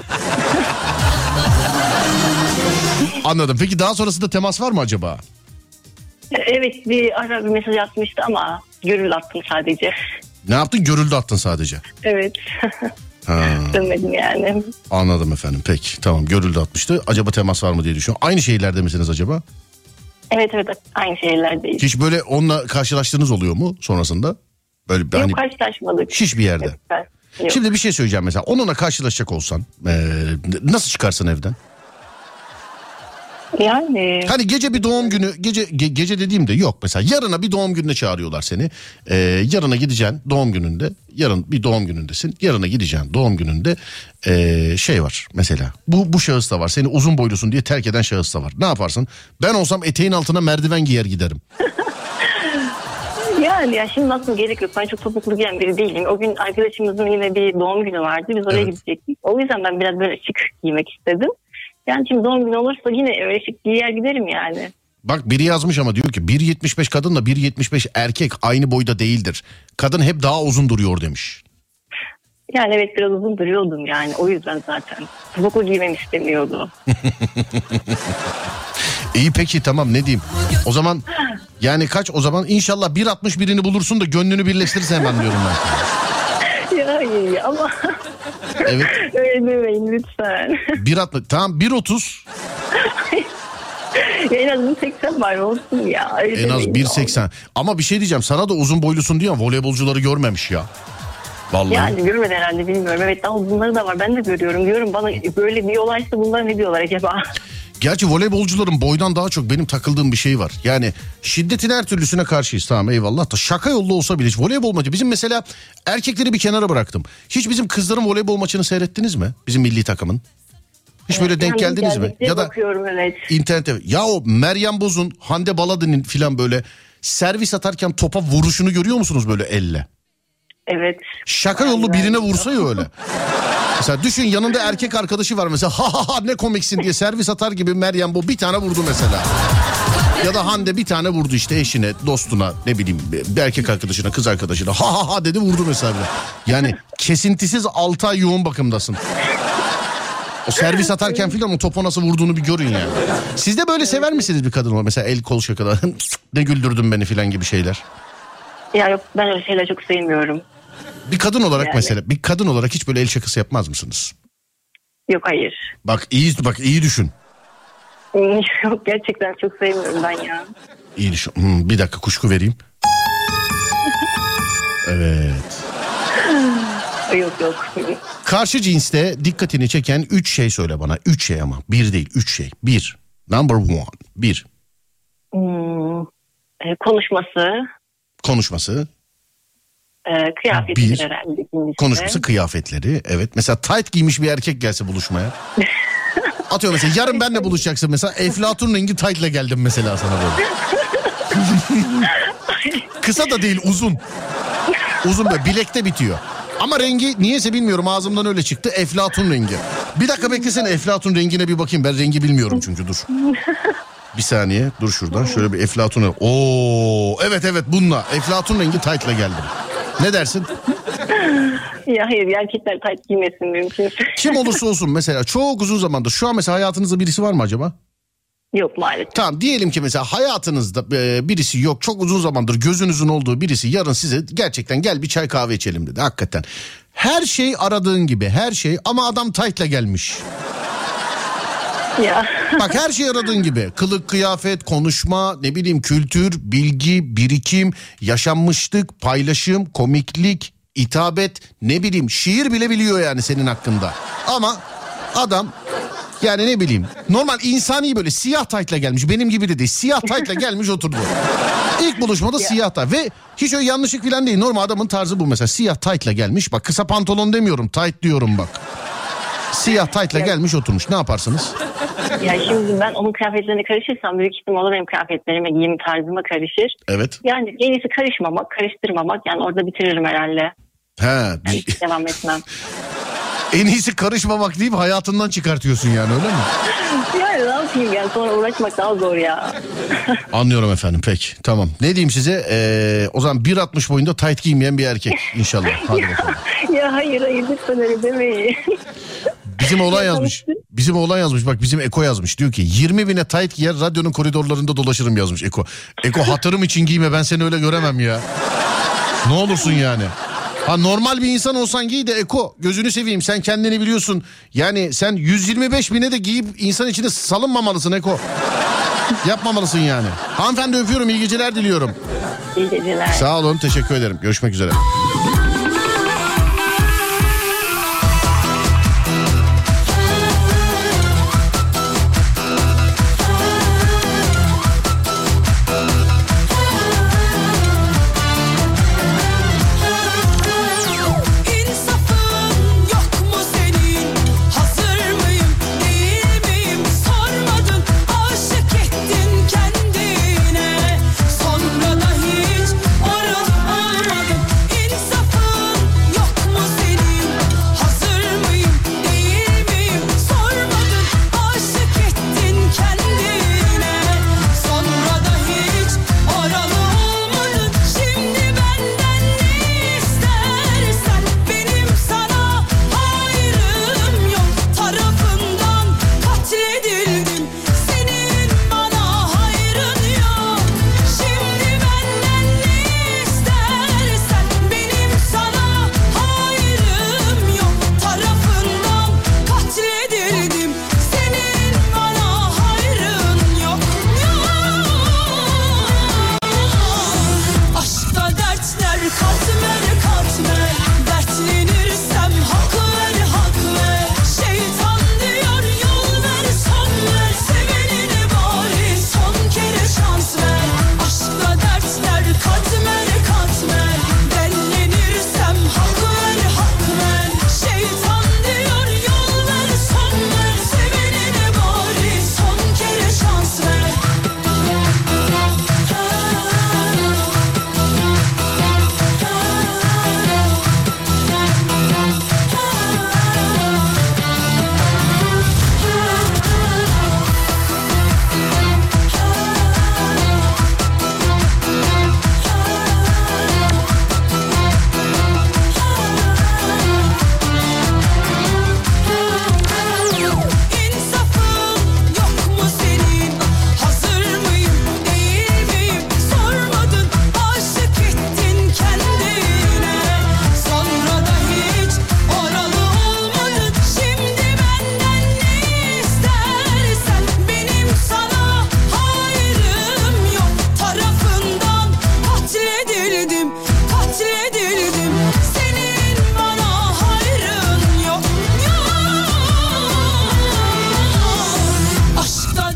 Anladım. Peki daha sonrasında temas var mı acaba? Evet, bir ara bir mesaj atmıştı ama görül attım sadece. Ne yaptın? Görüldü attın sadece. Evet. Ha, Dönmedim yani. anladım efendim. Peki tamam, görüldü atmıştı. Acaba temas var mı diye düşünüyorum. Aynı şehirlerde misiniz acaba? Evet evet aynı şehirlerdeyiz. Hiç böyle onunla karşılaştığınız oluyor mu sonrasında? Böyle bir Yok, hani karşılaşmadık. hiçbir yerde. Evet, ben- yok. Şimdi bir şey söyleyeceğim mesela. Onunla karşılaşacak olsan ee, nasıl çıkarsın evden? Yani Hani gece bir doğum günü, gece ge- gece dediğimde yok mesela, yarına bir doğum gününe çağırıyorlar seni. Ee, yarına gideceksin doğum gününde, yarın bir doğum günündesin. Yarına gideceksin doğum gününde ee, şey var mesela. Bu bu şahıs da var. Seni uzun boylusun diye terk eden şahıs da var. Ne yaparsın? Ben olsam eteğin altına merdiven giyer giderim. yani ya şimdi nasıl gerek yok. Ben çok topuklu giyen biri değilim. O gün arkadaşımızın yine bir doğum günü vardı. Biz oraya Evet. gidecektik. O yüzden ben biraz böyle şık giymek istedim. Yani şimdi doğum günü olursa yine öyle şık giyer giderim yani. Bak biri yazmış ama diyor ki bir yetmiş beş kadınla bir yetmiş beş erkek aynı boyda değildir. Kadın hep daha uzun duruyor demiş. Yani evet biraz uzun duruyordum yani. O yüzden zaten. Topuklu giymemi istemiyordu. İyi peki tamam, ne diyeyim. O zaman yani kaç o zaman, inşallah bir altmış birini bulursun da gönlünü birleştirirse hemen diyorum ben. Ya iyi ama Evet. öyle demeyin lütfen. bir altmış tamam, bir otuz Ya en az bir seksen var olsun ya. Öyle en az demeyin. bir seksen. Ama bir şey diyeceğim, sana da uzun boylusun diyor, voleybolcuları görmemiş ya. Vallahi. Yani görmedi herhalde, bilmiyorum. Evet daha uzunları da var, ben de görüyorum. Diyorum bana böyle bir olaysa bunlar ne diyorlar acaba? Gerçi voleybolcuların boydan daha çok benim takıldığım bir şey var. Yani şiddetin her türlüsüne karşıyız, tamam eyvallah da şaka yollu olsa bile hiç voleybol maçı. Bizim mesela erkekleri bir kenara bıraktım. Hiç bizim kızların voleybol maçını seyrettiniz mi? Bizim milli takımın. Hiç böyle denk Yani geldiniz mi? geldikçe Ya da bakıyorum, evet. internette. Ya o Meryem Boz'un, Hande Baladin'in filan böyle servis atarken topa vuruşunu görüyor musunuz böyle elle? Evet. Şaka yollu birine vursa ya öyle. Mesela düşün, yanında erkek arkadaşı var mesela, ha ha ha ne komiksin diye servis atar gibi Meryem bu bir tane vurdu mesela. Ya da Hande bir tane vurdu işte eşine, dostuna, ne bileyim bir erkek arkadaşına, kız arkadaşına, ha ha ha dedi vurdu mesela. Yani kesintisiz altı ay yoğun bakımdasın. O servis atarken filan o topa nasıl vurduğunu bir görün yani. Siz de böyle sever misiniz bir kadın? Mesela el kol şakalar. Ne güldürdün beni filan gibi şeyler. Ya yok, ben öyle şeyler çok sevmiyorum. Bir kadın olarak yani. mesela bir kadın olarak hiç böyle el şakası yapmaz mısınız? Yok, hayır. Bak iyi bak iyi düşün. Yok, gerçekten çok sevmiyorum ben ya. İyi düşün. Hmm, bir dakika kuşku vereyim. Evet. Yok yok. Karşı cinste dikkatini çeken üç şey söyle bana. Üç şey ama. Bir değil, üç şey. Bir. Number one. Bir. Hmm, e, konuşması. Konuşması. E, kıyafetleri Bir. herhalde. ikincisi. Konuşması, kıyafetleri. Evet. Mesela tight giymiş bir erkek gelse buluşmaya. Atıyorum mesela yarın benle buluşacaksın mesela. Eflatun rengi tight'la geldim mesela sana böyle. Kısa da değil, uzun. Uzun böyle bilekte bitiyor. Ama rengi niyeyse bilmiyorum, ağzımdan öyle çıktı. Eflatun rengi. Bir dakika beklesene, eflatun rengine bir bakayım. Ben rengi bilmiyorum çünkü, dur. Bir saniye dur şuradan şöyle bir eflatun. Oo evet evet bununla eflatun rengi tight'la geldim. Ne dersin? Ya hayır, gerçekten tight giymesin mümkünse. Kim olursa olsun mesela çok uzun zamandır. Şu an mesela hayatınızda birisi var mı acaba? Yok maalesef. Tamam, diyelim ki mesela hayatınızda e, birisi yok, çok uzun zamandır gözünüzün olduğu birisi yarın size gerçekten gel bir çay kahve içelim dedi. Hakikaten her şey aradığın gibi, her şey, ama adam tight'la gelmiş. Ya. Bak her şey aradığın gibi, kılık kıyafet, konuşma, ne bileyim kültür, bilgi, birikim, yaşanmışlık, paylaşım, komiklik, hitabet, ne bileyim şiir bile biliyor yani senin hakkında. Ama adam yani ne bileyim normal insani böyle siyah taytla gelmiş, benim gibi de değil, siyah taytla gelmiş oturdu. İlk buluşmada siyah tayt ve hiç öyle yanlışlık falan değil, normal adamın tarzı bu mesela, siyah taytla gelmiş, bak kısa pantolon demiyorum, tayt diyorum bak. Siyah taytla gelmiş oturmuş, ne yaparsınız? Ya şimdi ben onun kıyafetlerine karışırsam büyük ihtimalle benim kıyafetlerime, giyim tarzıma karışır. Evet. Yani en iyisi karışmamak, karıştırmamak, yani orada bitiririm herhalde. He. Yani hiç devam etmem. En iyisi karışmamak deyip hayatından çıkartıyorsun yani, öyle mi? Yani ne yapayım yani, sonra uğraşmak daha zor ya. Anlıyorum efendim, peki tamam. Ne diyeyim size, ee, o zaman bir altmış boyunda tayt giymeyen bir erkek inşallah. Hadi bakalım. Ya hayır hayır lütfen öyle demeyin. Bizim oğlan yazmış. Bizim oğlan yazmış, bak bizim Eko yazmış. Diyor ki yirmi bine tayt giyer, radyonun koridorlarında dolaşırım yazmış Eko. Eko hatırım için giyme, ben seni öyle göremem ya. Ne olursun yani. Ha normal bir insan olsan giy de Eko, gözünü seveyim, sen kendini biliyorsun. Yani sen yüz yirmi beş bine de giyip insan içine salınmamalısın Eko. Yapmamalısın yani. Hanımefendi öpüyorum, iyi geceler diliyorum. İyi geceler. Sağ olun, teşekkür ederim. Görüşmek üzere.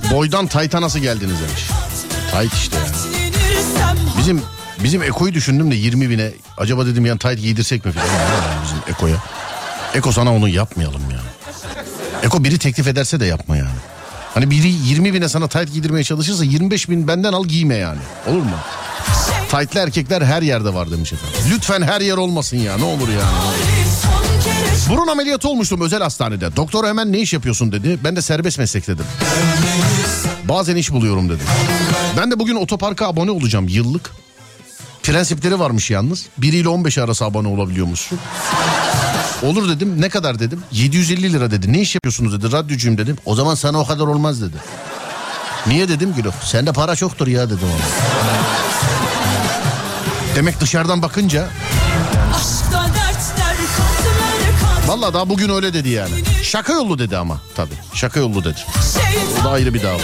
Boydan tayta nasıl geldiniz demiş. Tayt işte ya. Bizim bizim Eko'yu düşündüm de yirmi bine. Acaba dedim yani tayt giydirsek mi falan. Bizim Eko'ya. Eko sana onu yapmayalım ya. Eko biri teklif ederse de yapma yani. Hani biri yirmi bine sana tayt giydirmeye çalışırsa yirmi beş bin benden al giyme yani. Olur mu? Taytlı erkekler her yerde var demiş efendim. Lütfen her yer olmasın ya, ne olur yani. Burun ameliyatı olmuştum özel hastanede. Doktor hemen ne iş yapıyorsun dedi. Ben de serbest meslek dedim. Bazen iş buluyorum dedim. Ben de bugün otoparka abone olacağım yıllık. Prensipleri varmış yalnız. bir ile on beş arası abone olabiliyormuşsun. Olur dedim. Ne kadar dedim. yedi yüz elli lira dedi. Ne iş yapıyorsunuz dedi. Radyocuyum dedim. O zaman sana o kadar olmaz dedi. Niye dedim Gülü? Sende para çoktur ya dedim ona. Demek dışarıdan bakınca. Vallahi daha bugün öyle dedi yani. Şaka yollu dedi ama tabii. Şaka yollu dedi. O da ayrı bir dava.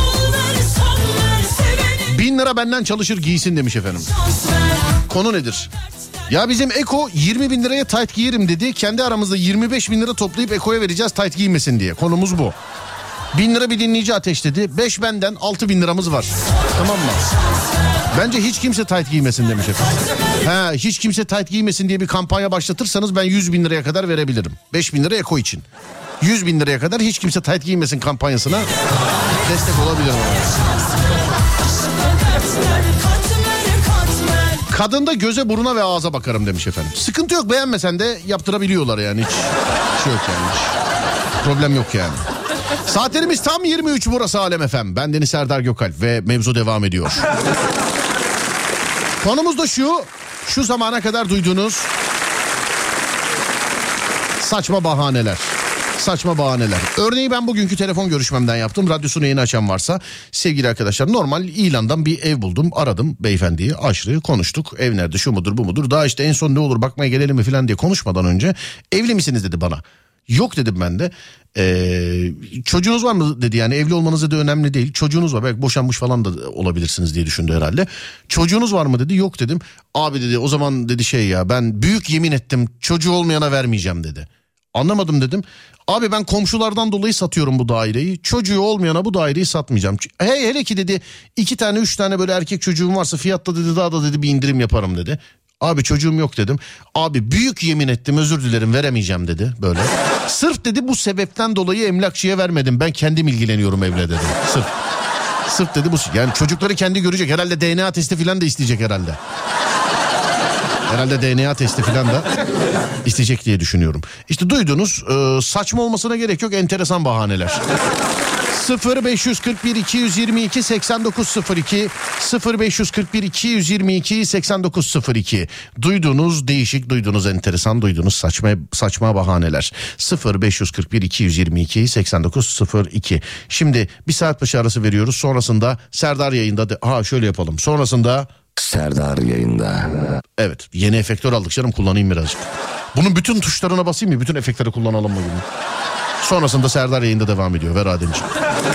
Bin lira benden çalışır giysin demiş efendim. Konu nedir? Ya bizim Eko yirmi bin liraya tayt giyerim dedi. Kendi aramızda yirmi beş bin lira toplayıp Eko'ya vereceğiz tayt giymesin diye. Konumuz bu. Bin lira bir dinleyici ateşledi. Beş benden altı bin liramız var. Tamam mı? Bence hiç kimse tayt giymesin demiş efendim. He, hiç kimse tayt giymesin diye bir kampanya başlatırsanız ben yüz bin liraya kadar verebilirim. Beş bin lira Eko için. Yüz bin liraya kadar hiç kimse tayt giymesin kampanyasına destek olabilirim. Kadında göze, buruna ve ağza bakarım demiş efendim. Sıkıntı yok, beğenmesen de yaptırabiliyorlar yani. Hiç, hiç şey yok yani. Hiç problem yok yani. Saatlerimiz tam yirmi üç, burası Alem F M. Ben Deniz Serdar Gökalp ve mevzu devam ediyor. Konumuz da şu. Şu zamana kadar duyduğunuz saçma bahaneler. Saçma bahaneler. Örneği ben bugünkü telefon görüşmemden yaptım. Radyosunu yeni açan varsa sevgili arkadaşlar, normal ilandan bir ev buldum. Aradım beyefendiyi, aşırı konuştuk. Ev nerede, şu mudur bu mudur. Daha işte en son ne olur bakmaya gelelim mi falan diye konuşmadan önce evli misiniz dedi bana. Yok dedim ben de. Ee, çocuğunuz var mı dedi, yani evli olmanız da önemli değil. Çocuğunuz var, belki boşanmış falan da olabilirsiniz diye düşündü herhalde. Çocuğunuz var mı dedi, yok dedim. Abi dedi o zaman dedi şey ya, ben büyük yemin ettim çocuğu olmayana vermeyeceğim dedi. Anlamadım dedim. Abi ben komşulardan dolayı satıyorum bu daireyi. Çocuğu olmayana bu daireyi satmayacağım. Hey, hele ki dedi iki tane üç tane böyle erkek çocuğum varsa fiyatta dedi daha da dedi bir indirim yaparım dedi. Abi çocuğum yok dedim. Abi büyük yemin ettim özür dilerim veremeyeceğim dedi böyle. Sırf dedi bu sebepten dolayı emlakçıya vermedim. Ben kendim ilgileniyorum evle dedi. Sırf. Sırf dedi bu. Yani çocukları kendi görecek. Herhalde D N A testi falan da isteyecek herhalde. Herhalde D N A testi falan da isteyecek diye düşünüyorum. İşte duydunuz, e, saçma olmasına gerek yok, enteresan bahaneler. sıfır beş kırk bir iki yüz yirmi iki seksen dokuz sıfır iki sıfır beş kırk bir iki yüz yirmi iki seksen dokuz sıfır iki. Duyduğunuz değişik, duyduğunuz enteresan, duyduğunuz saçma saçma bahaneler. sıfır beş kırk bir iki yüz yirmi iki seksen dokuz sıfır iki. Şimdi bir saat başı arası veriyoruz. Sonrasında Serdar yayında. De, ha şöyle yapalım. Sonrasında Serdar yayında. Evet, yeni efektör aldık canım, kullanayım birazcık. Bunun bütün tuşlarına basayım mı? Bütün efektleri kullanalım mı bugün? Sonrasında Serdar yayında devam ediyor. Ver Ademciğim.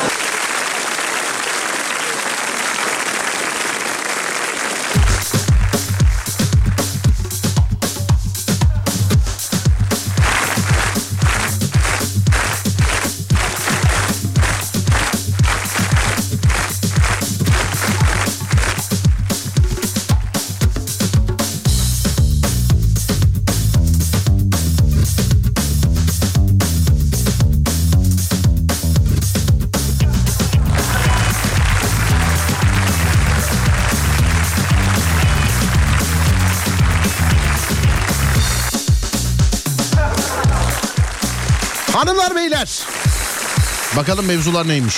Hanımlar beyler, bakalım mevzular neymiş.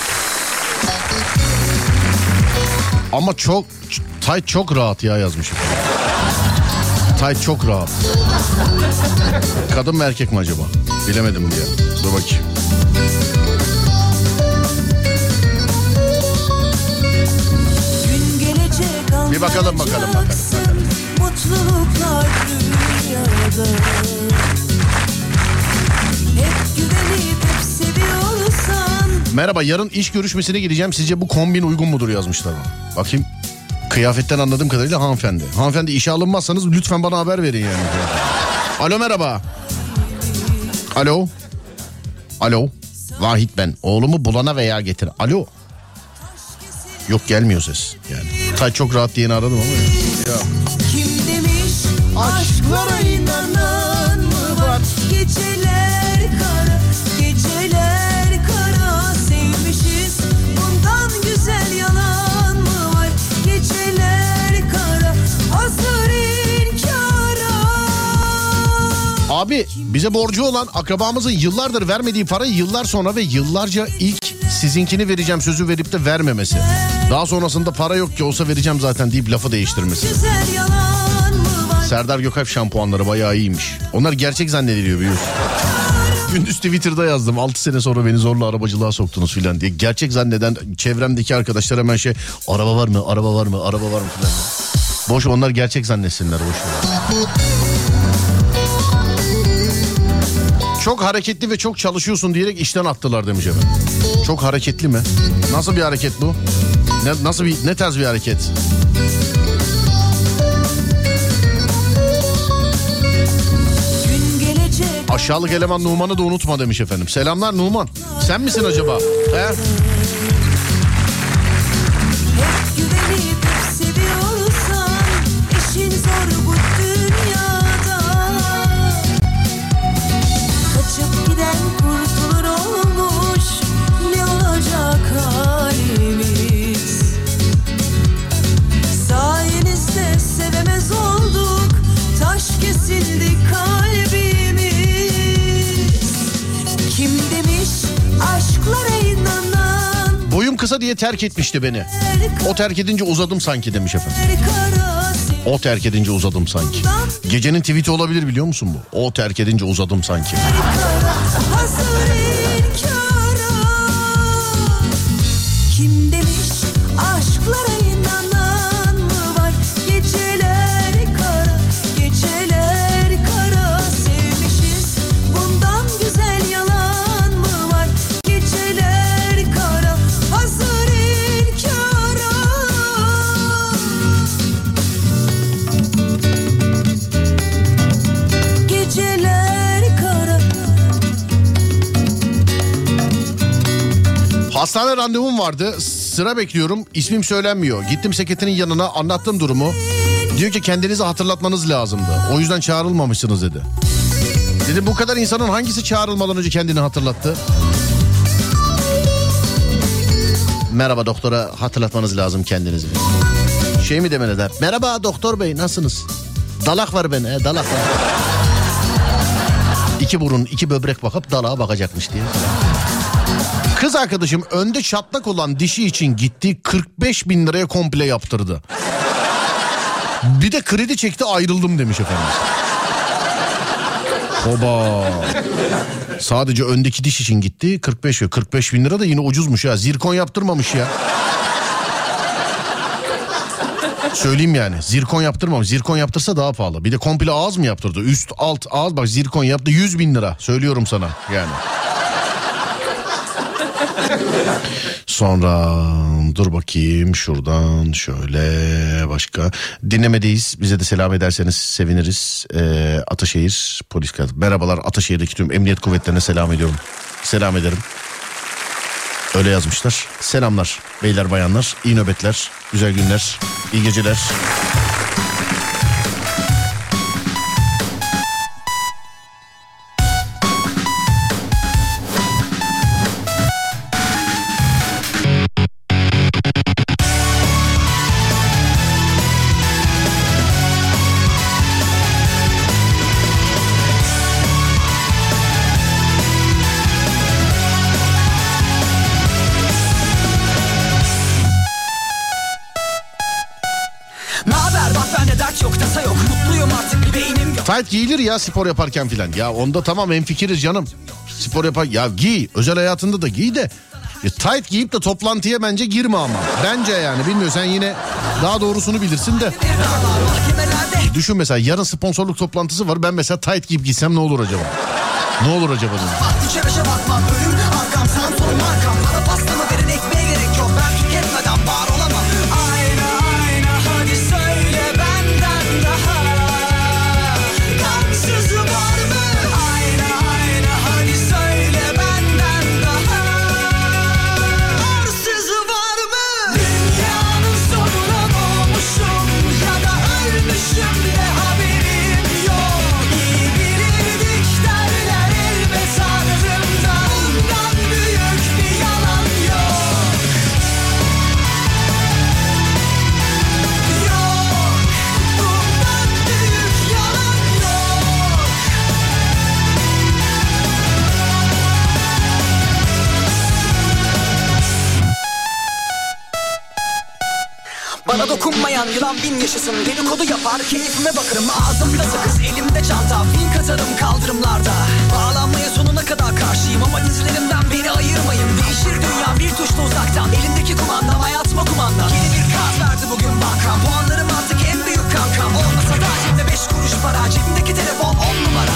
Ama çok tayt çok rahat ya yazmışım. Tayt çok rahat. Kadın mı erkek mi acaba? Bilemedim diye. Dur bakayım. Bir bakalım bakalım bakalım. bakalım. Mutluluklar dünyada. Hep güvenip hep seviyorsan. Merhaba, yarın iş görüşmesine gideceğim. Sizce bu kombin uygun mudur yazmışlar. Bakayım. Kıyafetten anladığım kadarıyla hanımefendi. Hanımefendi, işe alınmazsanız lütfen bana haber verin yani. Alo merhaba. Alo. Alo. Vahit ben. Oğlumu bulana veya getir. Alo. Yok gelmiyor ses. Yani. Tay çok rahat diyeni aradım ama. Ya. Kim demiş aşklara inanan mı var? Geceler kara, geceler kara. Sevmişiz bundan güzel yalan mı var? Geceler kara, hazır inkara. Abi bize borcu olan akrabamızın yıllardır vermediği parayı yıllar sonra ve yıllarca ilk sizinkini vereceğim sözü verip de vermemesi. Daha sonrasında para yok ki olsa vereceğim zaten deyip lafı değiştirmesi. Serdar Gökalp şampuanları bayağı iyiymiş. Onlar gerçek zannediliyor biliyorsun. Gündüz Twitter'da yazdım altı sene sonra beni zorla arabacılığa soktunuz filan diye. Gerçek zanneden çevremdeki arkadaşlar hemen şey araba var mı araba var mı araba var mı filan. Boş onlar gerçek zannetsinler boş ver. Çok hareketli ve çok çalışıyorsun diyerek işten attılar demiş efendim. Çok hareketli mi? Nasıl bir hareket bu? Ne, nasıl bir ne tarz bir hareket? Aşağılık eleman Numan'ı da unutma demiş efendim. Selamlar Numan. Sen misin acaba? He? Hep güvenip hep seviyorsan işin zor bu dünyada. Kaçıp giden kurtulur olmuş, ne olacak halimiz? Sayenizde sevemez olduk, taş kesildi kalbimiz. Kim demiş aşklara inanan? Boyum kısa diye terk etmişti beni. O terk edince uzadım sanki demiş efendim. O terk edince uzadım sanki. Gecenin tweet'i olabilir biliyor musun bu? O terk edince uzadım sanki. Kim demiş aşklara inanan mı var? Geceler kara, geceler kara. Sevmişiz bundan güzel yalan mı var? Geceler kara, hazır inkara. Geceler kara. Hastane randevum vardı. Sıra bekliyorum. İsmim söylenmiyor. Gittim sekreterin yanına anlattım durumu. Diyor ki kendinizi hatırlatmanız lazımdı. O yüzden çağrılmamışsınız dedi. Dedim bu kadar insanın hangisi çağrılmadan önce kendini hatırlattı? Merhaba doktora hatırlatmanız lazım kendinizi. Şey mi demeliler? Merhaba doktor bey nasılsınız? Dalak var ben he, dalak var. İki burun iki böbrek bakıp dalağa bakacakmış diye. Kız arkadaşım önde çatlak olan dişi için gitti kırk beş bin liraya komple yaptırdı. Bir de kredi çekti ayrıldım demiş efendim. Oba. Sadece öndeki diş için gitti kırk beş kırk beş bin lira da yine ucuzmuş ya. Zirkon yaptırmamış ya. Söyleyeyim yani zirkon yaptırmamış. Zirkon yaptırsa daha pahalı. Bir de komple ağız mı yaptırdı? Üst alt ağız bak zirkon yaptı yüz bin lira. Söylüyorum sana yani. Sonra dur bakayım şuradan şöyle başka dinlemedeyiz. Bize de selam ederseniz seviniriz. Ee, Ataşehir polis kadın. Merhabalar Ataşehir'deki tüm emniyet kuvvetlerine selam ediyorum. Selam ederim. Öyle yazmışlar. Selamlar beyler bayanlar. İyi nöbetler, güzel günler, iyi geceler. Tayt giyilir ya spor yaparken filan. Ya onda tamam hemfikiriz canım. Spor yapar ya giy. Özel hayatında da giy de. E, tayt giyip de toplantıya bence girme ama. Bence yani bilmiyorum sen yine daha doğrusunu bilirsin de. Düşün mesela yarın sponsorluk toplantısı var. Ben mesela tayt giyip gitsem ne olur acaba? Ne olur acaba? Bana dokunmayan yılan bin yaşasın. Dedikodu yapar keyfime bakarım. Ağzımda sakız elimde çanta. Fink atarım kaldırımlarda. Bağlanmaya sonuna kadar karşıyım ama dizlerimden beni ayırmayın. Değişir dünya bir tuşla uzaktan. Elimdeki kumandam hayatıma kumanda. Yeni bir kart verdi bugün bankam. Puanlarım artık en büyük kankam. Olmasa da cebimde beş kuruş para. Cebimdeki telefon on numara.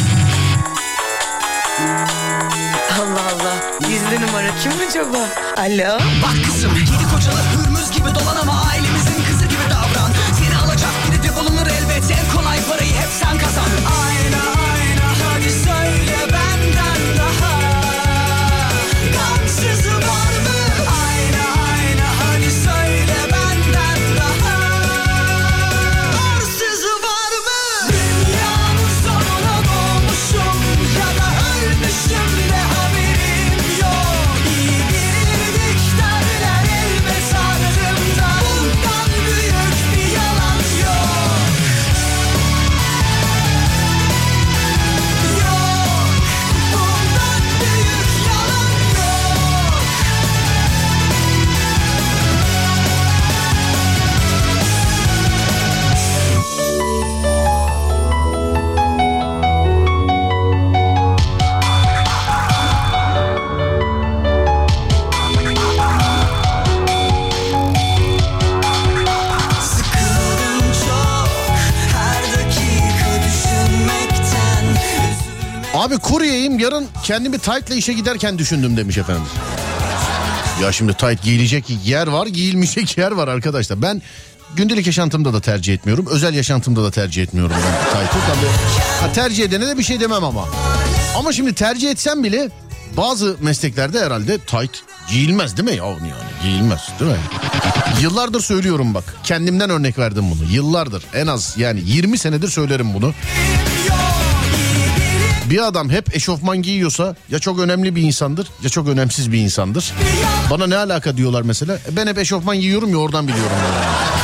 Allah Allah. Gizli numara kim acaba? Alo. Bak kızım yedi kocalı hürmüz gibi dolan ama ailemizin kızı gibi davran. Seni alacak biri de bulunur elbet. En kolay parayı hep sen kazan. Ayna ayna hadi söyle benden daha gamsızı var mı? Ayna ayna hadi söyle benden daha arsızı var mı? Dünyanın sonuna doğmuşum ya da ölmüşüm de haberim yok. İyi bilirdik derler elbet ardımda. Bundan büyük bir yalan yok. Yok, bundan büyük yalan yok. Sıkıldım çok her dakika düşünmekten. Abi kuryeyim, yarın kendimi tight'la işe giderken düşündüm demiş efendim. Ya şimdi tight giyilecek yer var, giyilmeyecek yer var arkadaşlar. Ben gündelik yaşantımda da tercih etmiyorum. Özel yaşantımda da tercih etmiyorum ben tight'ı. Tabii ha, tercih edene de bir şey demem ama. Ama şimdi tercih etsem bile bazı mesleklerde herhalde tight giyilmez değil mi? Ya yani giyilmez değil mi? Yıllardır söylüyorum bak. Kendimden örnek verdim bunu. Yıllardır, en az yani yirmi senedir söylerim bunu. Bir adam hep eşofman giyiyorsa ya çok önemli bir insandır ya çok önemsiz bir insandır. Bana ne alaka diyorlar mesela. E ben hep eşofman giyiyorum ya, oradan biliyorum. Yani.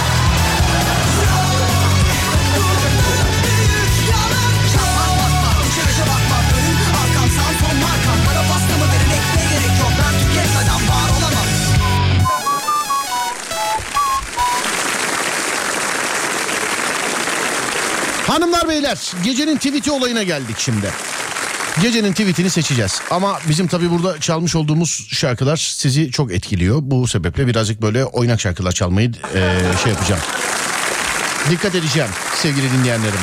Hanımlar beyler, gecenin tweet'i olayına geldik şimdi. Gecenin tweet'ini seçeceğiz. Ama bizim tabii burada çalmış olduğumuz şarkılar sizi çok etkiliyor. Bu sebeple birazcık böyle oynak şarkılar çalmayı e, şey yapacağım. Dikkat edeceğim sevgili dinleyenlerim.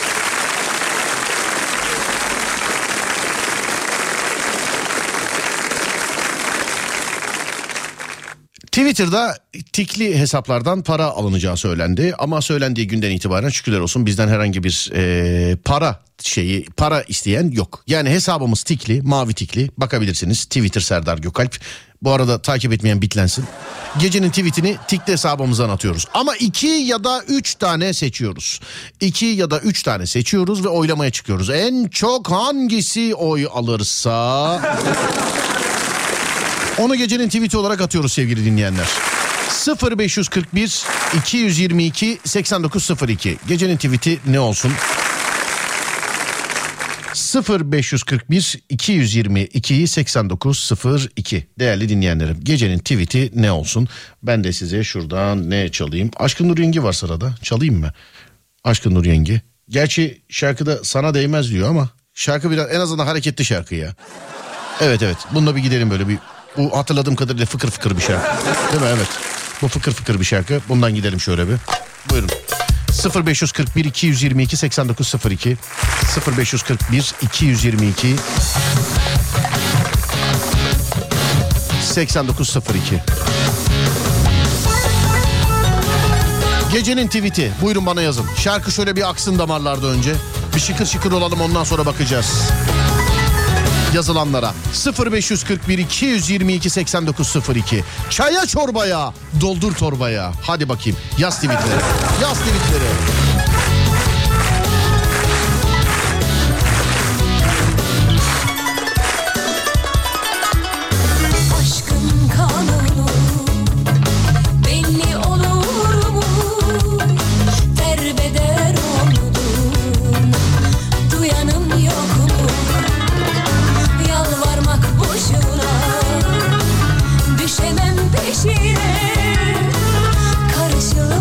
Twitter'da tikli hesaplardan para alınacağı söylendi. Ama söylendiği günden itibaren şükürler olsun bizden herhangi bir e, para şeyi para isteyen yok. Yani hesabımız tikli, mavi tikli, bakabilirsiniz. Twitter Serdar Gökalp. Bu arada takip etmeyen bitlensin. Gecenin tweetini tikli hesabımızdan atıyoruz. Ama iki ya da üç tane seçiyoruz. İki ya da üç tane seçiyoruz ve oylamaya çıkıyoruz. En çok hangisi oy alırsa... Onu gecenin tweet'i olarak atıyoruz sevgili dinleyenler. sıfır beş kırk bir iki yüz yirmi iki seksen dokuz sıfır iki. Gecenin tweet'i ne olsun? sıfır beş kırk bir iki yüz yirmi iki seksen dokuz sıfır iki. Değerli dinleyenlerim, gecenin tweet'i ne olsun? Ben de size şuradan ne çalayım? Aşkın Nur Yengi var sırada. Çalayım mı? Aşkın Nur Yengi. Gerçi şarkıda sana değmez diyor ama şarkı biraz en azından hareketli şarkı ya. Evet evet. Bununla bir gidelim böyle bir. Bu hatırladığım kadarıyla fıkır fıkır bir şarkı. Değil mi? Evet. Bu fıkır fıkır bir şarkı. Bundan gidelim şöyle bir. Buyurun. sıfır beş kırk bir iki yüz yirmi iki seksen dokuz sıfır iki sıfır beş kırk bir iki yüz yirmi iki seksen dokuz sıfır iki. Gecenin tweet'i. Buyurun bana yazın. Şarkı şöyle bir aksın damarlarda önce. Bir şıkır şıkır olalım, ondan sonra bakacağız yazılanlara. sıfır beş kırk bir iki yüz yirmi iki seksen dokuz sıfır iki. Çaya çorbaya, doldur torbaya. Hadi bakayım. Yaz tweetleri. Yaz tweetleri. Aşkın kanunu belli olur mu? Derbeder oldun, duyanım yok mu? Yalvarmak boşuna, düşemem peşine, karşılar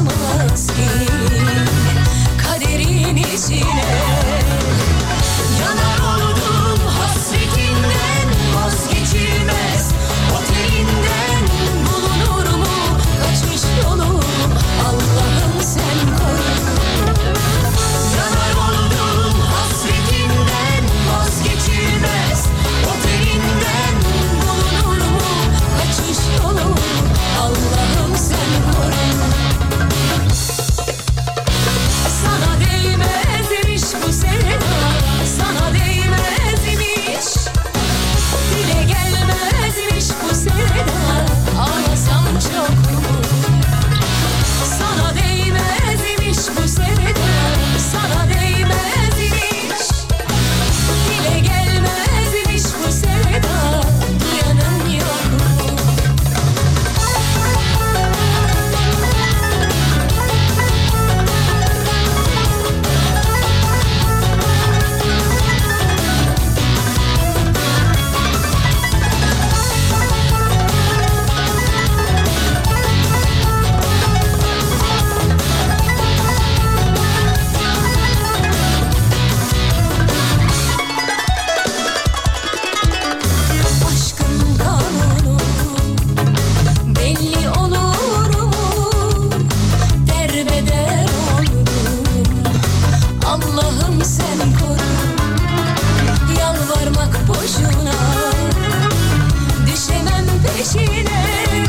boşuna düşemem peşine.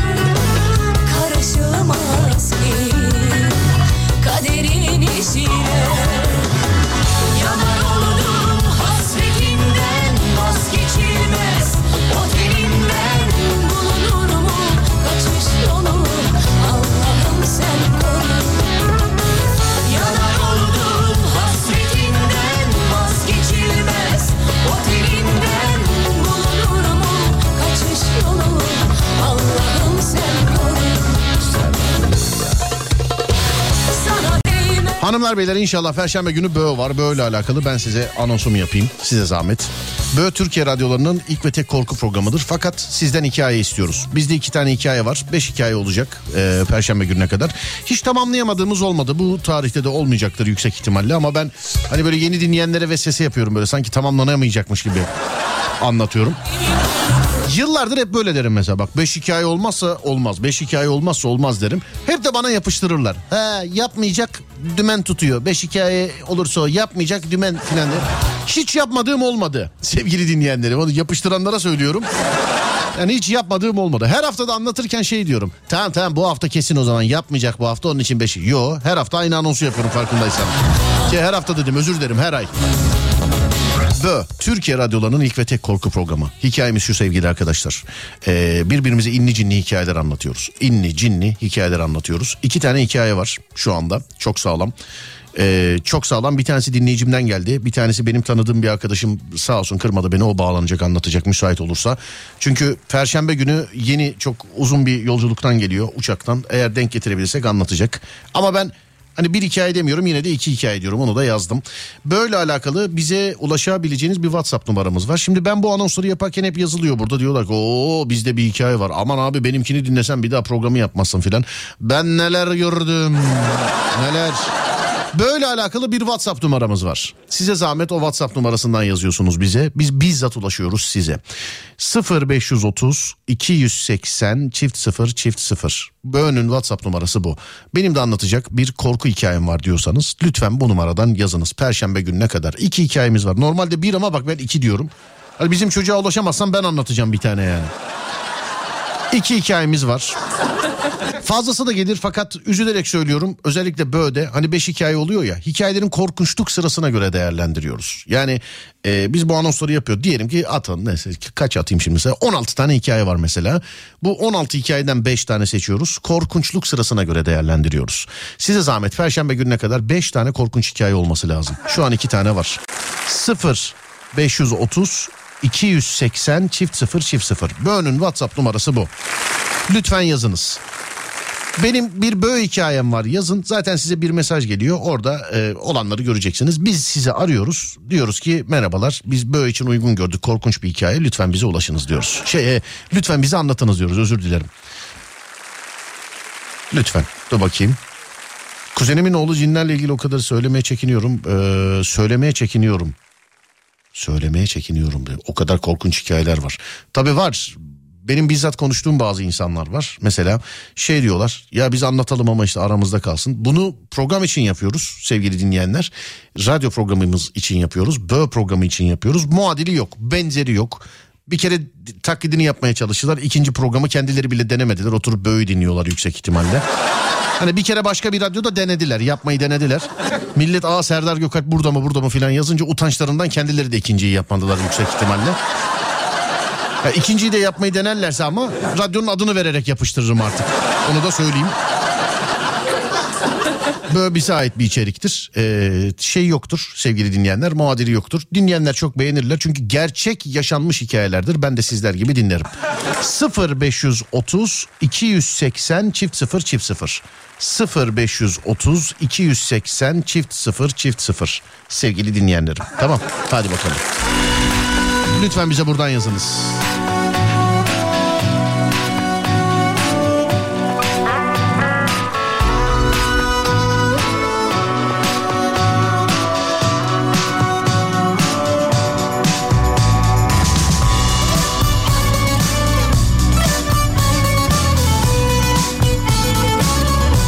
Karışılmaz ki kaderin işine. Yanar oldum hasretinden, vazgeçilmez otelinden. Bulunur mu kaçış yolu, Allah'ım sen koru. Yanar oldum hasretinden, vazgeçilmez otelinden. Bulunur mu kaçış yolu, Allah'ım sen koru. Sana değmez. Hanımlar beyler, inşallah Perşembe günü Bö var. Bö ile alakalı ben size anonsumu yapayım. Size zahmet. Bö Türkiye radyolarının ilk ve tek korku programıdır. Fakat sizden hikaye istiyoruz. Bizde iki tane hikaye var. Beş hikaye olacak e, Perşembe gününe kadar. Hiç tamamlayamadığımız olmadı. Bu tarihte de olmayacaktır yüksek ihtimalle. Ama ben hani böyle yeni dinleyenlere vesvese yapıyorum. Böyle sanki tamamlanamayacakmış gibi anlatıyorum. Yıllardır hep böyle derim mesela, bak beş hikaye olmazsa olmaz, beş hikaye olmazsa olmaz derim. Hep de bana yapıştırırlar. He, yapmayacak dümen tutuyor, beş hikaye olursa o, yapmayacak dümen filan der. Hiç yapmadığım olmadı sevgili dinleyenlerim, onu yapıştıranlara söylüyorum. Yani hiç yapmadığım olmadı. Her hafta da anlatırken şey diyorum. Tamam tamam bu hafta kesin o zaman yapmayacak bu hafta, onun için beşi. Yo, her hafta aynı anonsu yapıyorum farkındaysan. Şey, her hafta dedim, özür dilerim, her ay. Bö, Türkiye radyolarının ilk ve tek korku programı. Hikayemiz şu sevgili arkadaşlar. Ee, birbirimize inli cinli hikayeler anlatıyoruz. İnli cinli hikayeler anlatıyoruz. İki tane hikaye var şu anda. Çok sağlam. Ee, çok sağlam. Bir tanesi dinleyicimden geldi. Bir tanesi benim tanıdığım bir arkadaşım, sağ olsun kırmadı beni. O bağlanacak, anlatacak müsait olursa. Çünkü Perşembe günü yeni çok uzun bir yolculuktan geliyor uçaktan. Eğer denk getirebilirsek anlatacak. Ama ben hani bir hikaye demiyorum, yine de iki hikaye diyorum, onu da yazdım. Böyle alakalı bize ulaşabileceğiniz bir WhatsApp numaramız var. Şimdi ben bu anonsları yaparken hep yazılıyor burada, diyorlar ki ooo bizde bir hikaye var. Aman abi benimkini dinlesen bir daha programı yapmazsın filan. Ben neler gördüm neler. Böyle alakalı bir WhatsApp numaramız var. Size zahmet o WhatsApp numarasından yazıyorsunuz bize. Biz bizzat ulaşıyoruz size. sıfır beş yüz otuz iki yüz seksen çift sıfır çift sıfır. Bö'nün WhatsApp numarası bu. Benim de anlatacak bir korku hikayem var diyorsanız lütfen bu numaradan yazınız. Perşembe gününe kadar. İki hikayemiz var. Normalde bir ama bak ben iki diyorum. Hani bizim çocuğa ulaşamazsam ben anlatacağım bir tane yani. İki hikayemiz var. Fazlası da gelir fakat üzülerek söylüyorum, özellikle Bö'de hani beş hikaye oluyor ya, hikayelerin korkunçluk sırasına göre değerlendiriyoruz. Yani e, biz bu anonsları yapıyor, diyelim ki atın neyse, kaç atayım şimdi mesela, on altı tane hikaye var mesela. Bu on altı hikayeden beş tane seçiyoruz, korkunçluk sırasına göre değerlendiriyoruz. Size zahmet Perşembe gününe kadar beş tane korkunç hikaye olması lazım. Şu an iki tane var. sıfır beş yüz otuz iki yüz seksen çift sıfır çift sıfır. Bö'nün WhatsApp numarası bu. Lütfen yazınız. Benim bir Bö hikayem var, yazın. Zaten size bir mesaj geliyor. Orada e, olanları göreceksiniz. Biz sizi arıyoruz. Diyoruz ki merhabalar, biz Bö için uygun gördük. Korkunç bir hikaye. Lütfen bize ulaşınız diyoruz. Şey, e, lütfen bize anlatınız diyoruz. Özür dilerim. Lütfen. Dur bakayım. Kuzenimin oğlu cinlerle ilgili o kadar söylemeye çekiniyorum. Ee, söylemeye çekiniyorum. Söylemeye çekiniyorum. O kadar korkunç hikayeler var. Tabii var. Benim bizzat konuştuğum bazı insanlar var. Mesela şey diyorlar, ya biz anlatalım ama işte aramızda kalsın. Bunu program için yapıyoruz sevgili dinleyenler. Radyo programımız için yapıyoruz. Bö programı için yapıyoruz. Muadili yok, benzeri yok. Bir kere taklidini yapmaya çalıştılar. İkinci programı kendileri bile denemediler. Oturup Bö'yü dinliyorlar yüksek ihtimalle. Hani bir kere başka bir radyoda denediler, yapmayı denediler. Millet aa Serdar Gökalp burada mı burada mı filan yazınca utançlarından kendileri de ikinciyi yapmadılar yüksek ihtimalle. Ya ikinciyi de yapmayı denerlerse ama radyonun adını vererek yapıştırırım artık. Onu da söyleyeyim. Böyle bize ait bir içeriktir. Ee, şey yoktur sevgili dinleyenler, muadili yoktur. Dinleyenler çok beğenirler çünkü gerçek yaşanmış hikayelerdir. Ben de sizler gibi dinlerim. sıfır beş yüz otuz iki yüz seksen çift sıfır çift sıfır. sıfır beş yüz otuz iki yüz seksen çift sıfır çift sıfır. Sevgili dinleyenlerim. Tamam, hadi bakalım. Lütfen bize buradan yazınız.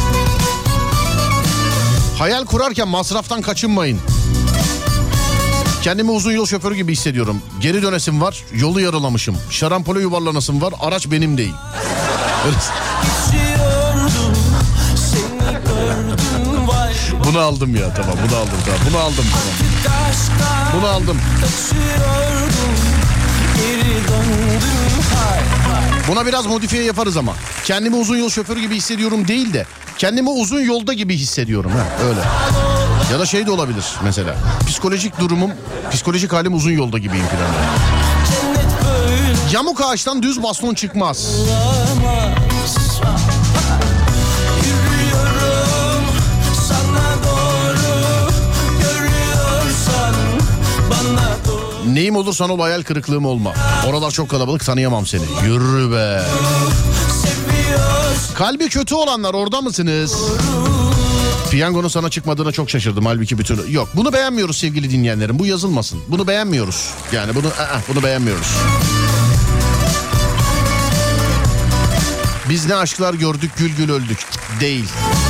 Hayal kurarken masraftan kaçınmayın. Kendimi uzun yol şoförü gibi hissediyorum. Geri dönesim var, yolu yaralamışım. Şarampole yuvarlanasım var, araç benim değil. Öyle... Bunu aldım ya, tamam bunu aldım tamam. Bunu aldım tamam. Bunu aldım. Buna biraz modifiye yaparız ama. Kendimi uzun yol şoförü gibi hissediyorum değil de kendimi uzun yolda gibi hissediyorum. Ha, öyle. Ya da şey de olabilir mesela. Psikolojik durumum, psikolojik halim uzun yolda gibiyim falan. Yamuk ağaçtan düz baston çıkmaz. Neyim olursan ol hayal kırıklığım olma. Oralar çok kalabalık tanıyamam seni. Yürü be. Kalbi kötü olanlar orada mısınız? Piyangonun sana çıkmadığına çok şaşırdım. Halbuki bir türlü. Yok bunu beğenmiyoruz sevgili dinleyenlerim. Bu yazılmasın. Bunu beğenmiyoruz. Yani bunu ı-ı, bunu beğenmiyoruz. Biz ne aşklar gördük gül gül öldük. Değil.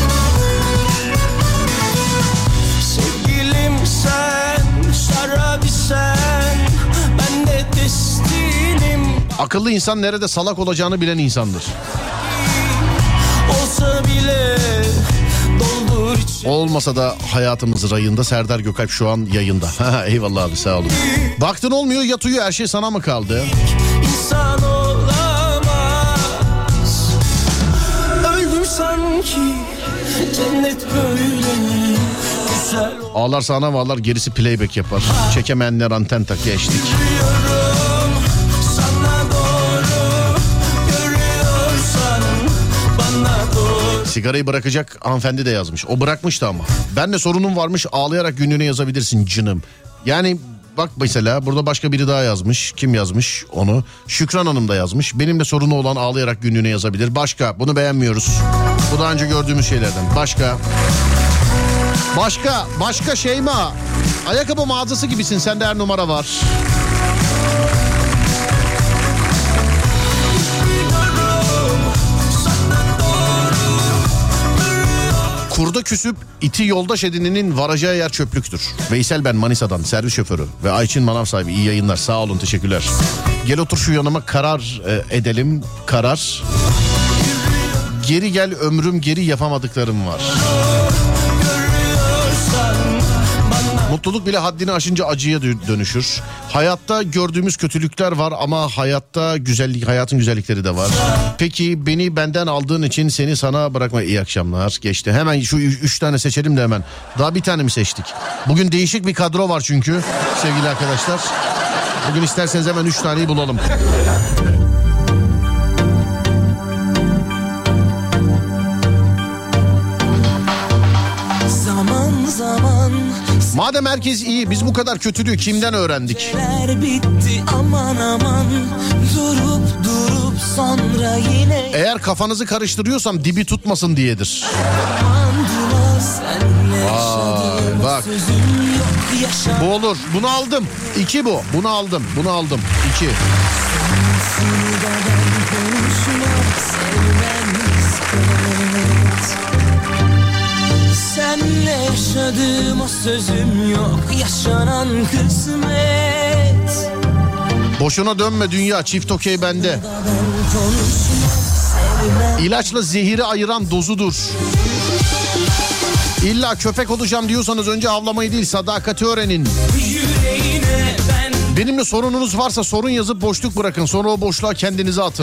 Sevgilim sen, şarabi sen, ben de destinim. Akıllı insan nerede salak olacağını bilen insandır. Olsa bile doldur içi. Olmasa da hayatımız rayında. Serdar Gökalp şu an yayında. Eyvallah abi sağ olun. Baktın olmuyor yat uyu, her şey sana mı kaldı? İnsan olamaz. Öldüm sanki cennet böyle güzel. Ağlarsa ana ağlar, gerisi playback yapar. Çekemeyenler anten tak geçtik. Yürüyorum sana doğru, görüyorsan bana doğru. Sigarayı bırakacak hanımefendi de yazmış. O bırakmıştı ama. Ben de sorunum varmış, ağlayarak günlüğüne yazabilirsin canım. Yani bak mesela burada başka biri daha yazmış. Kim yazmış onu? Şükran Hanım da yazmış. Benim de sorunu olan ağlayarak günlüğüne yazabilir. Başka? Bunu beğenmiyoruz. Bu daha önce gördüğümüz şeylerden. Başka? Başka? Başka Şeyma. Ayakkabı mağazası gibisin. Sende her numara var. Kurda küsüp iti yoldaş edininin varacağı yer çöplüktür. Veysel ben Manisa'dan servis şoförü ve Ayçin manav sahibi. İyi yayınlar, sağ olun, teşekkürler. Gel otur şu yanıma, karar e, edelim karar. Geri gel ömrüm geri, yapamadıklarım var. Mutluluk bile haddini aşınca acıya dönüşür. Hayatta gördüğümüz kötülükler var ama hayatta güzellik, hayatın güzellikleri de var. Peki beni benden aldığın için seni sana bırakma. İyi akşamlar. Geçti. Hemen şu üç tane seçelim de hemen. Daha bir tane mi seçtik? Bugün değişik bir kadro var çünkü sevgili arkadaşlar. Bugün isterseniz hemen üç taneyi bulalım. Zaman zaman Madem herkes iyi, biz bu kadar kötülüğü kimden öğrendik? bitti aman aman, durup durup sonra yine Eğer kafanızı karıştırıyorsam dibi tutmasın diyedir. yandılar senle. Vay, bak. Sözüm yok yaşa. Bu olur. Bunu aldım. İki bu. Bunu aldım. Bunu aldım. İki. Senle yaşadığım o sözüm yok, yaşanan kısmet. Boşuna dönme dünya, çift okey bende. İlaçla zehiri ayıran dozudur. İlla köpek olacağım diyorsanız önce havlamayı değil, sadakati öğrenin. Yüreğine ben Benimle sorununuz varsa sorun yazıp boşluk bırakın. Sonra o boşluğa kendinizi atın.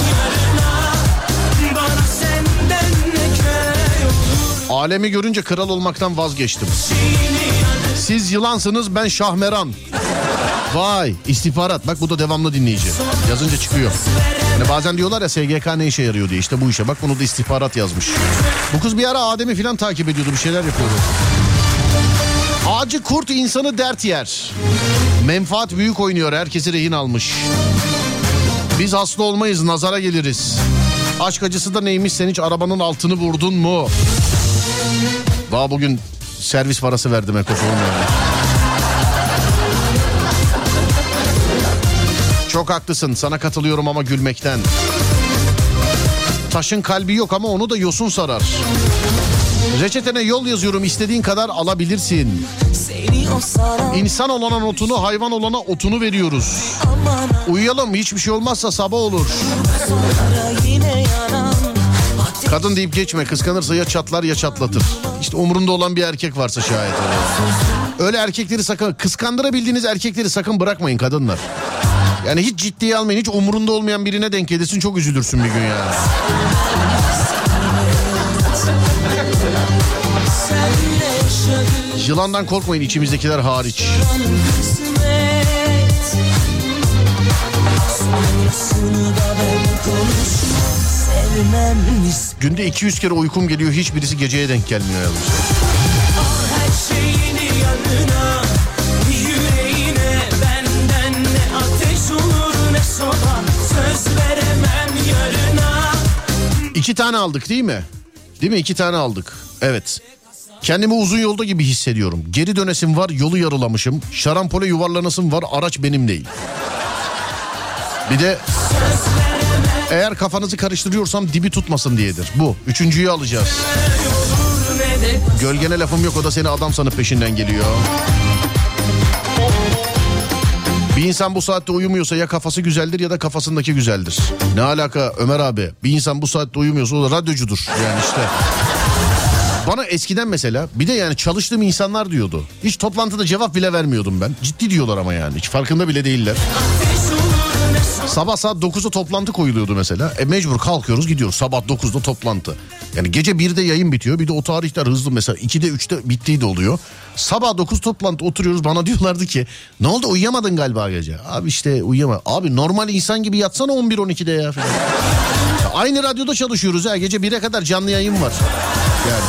bana senden ne köy olur. Alemi görünce kral olmaktan vazgeçtim. Siz yılansınız, ben şahmeran. Vay, istihbarat. Bak bu da devamlı dinleyici. Yazınca çıkıyor. Hani bazen diyorlar ya S G K ne işe yarıyor diye. İşte bu işe bak, bunu da istihbarat yazmış. Bu kız bir ara Adem'i falan takip ediyordu, bir şeyler yapıyordu. Ağacı kurt, insanı dert yer. Menfaat büyük oynuyor, herkesi rehin almış. Biz hasta olmayız, nazara geliriz. Aşk acısı da neymiş, sen hiç arabanın altını vurdun mu? Daha bugün servis parası verdim Ekofon'la. Çok haklısın, sana katılıyorum ama gülmekten. Taşın kalbi yok ama onu da yosun sarar. Reçetene yol yazıyorum, istediğin kadar alabilirsin. Seni İnsan olana notunu, hayvan olana otunu veriyoruz. Uyuyalım, hiçbir şey olmazsa sabah olur. Kadın deyip geçme, kıskanırsa ya çatlar ya çatlatır. İşte umurunda olan bir erkek varsa şayet öyle. Öyle erkekleri sakın, kıskandırabildiğiniz erkekleri sakın bırakmayın kadınlar. Yani hiç ciddiye almayın, hiç umurunda olmayan birine denk gelirsin, çok üzülürsün bir gün ya. Yılandan korkmayın, içimizdekiler hariç. Günde iki yüz kere uykum geliyor, hiçbirisi geceye denk gelmiyor yalnız. Her şeyini yanına, yüreğine, benden ne ateş olur ne soba, söz veremem yarına. İki tane aldık değil mi? Değil mi? İki tane aldık. Evet. Kendimi uzun yolda gibi hissediyorum. Geri dönesim var, yolu yarılamışım. Şarampole yuvarlanasım var, araç benim değil. Bir de eğer kafanızı karıştırıyorsam dibi tutmasın diyedir. Bu. Üçüncüyü alacağız. Gölgene lafım yok, o da seni adam sanıp peşinden geliyor. Bir insan bu saatte uyumuyorsa ya kafası güzeldir ya da kafasındaki güzeldir. Ne alaka Ömer abi? Bir insan bu saatte uyumuyorsa o da radyocudur. Yani işte. Bana eskiden mesela bir de yani çalıştığım insanlar diyordu. Hiç toplantıda cevap bile vermiyordum ben. Ciddi diyorlar ama yani. Hiç farkında bile değiller. Sabah saat dokuzda toplantı koyuluyordu mesela. E mecbur kalkıyoruz gidiyoruz. Sabah dokuzda toplantı. Yani gece birde yayın bitiyor. Bir de o tarihler hızlı mesela ikide üçte bittiği de oluyor. Sabah dokuz toplantı oturuyoruz. Bana diyorlardı ki ne oldu, uyuyamadın galiba gece. Abi işte uyuyamadım. Abi normal insan gibi yatsana on bir on ikide ya falan. Ya aynı radyoda çalışıyoruz ha. Gece bire kadar canlı yayın var. Yani.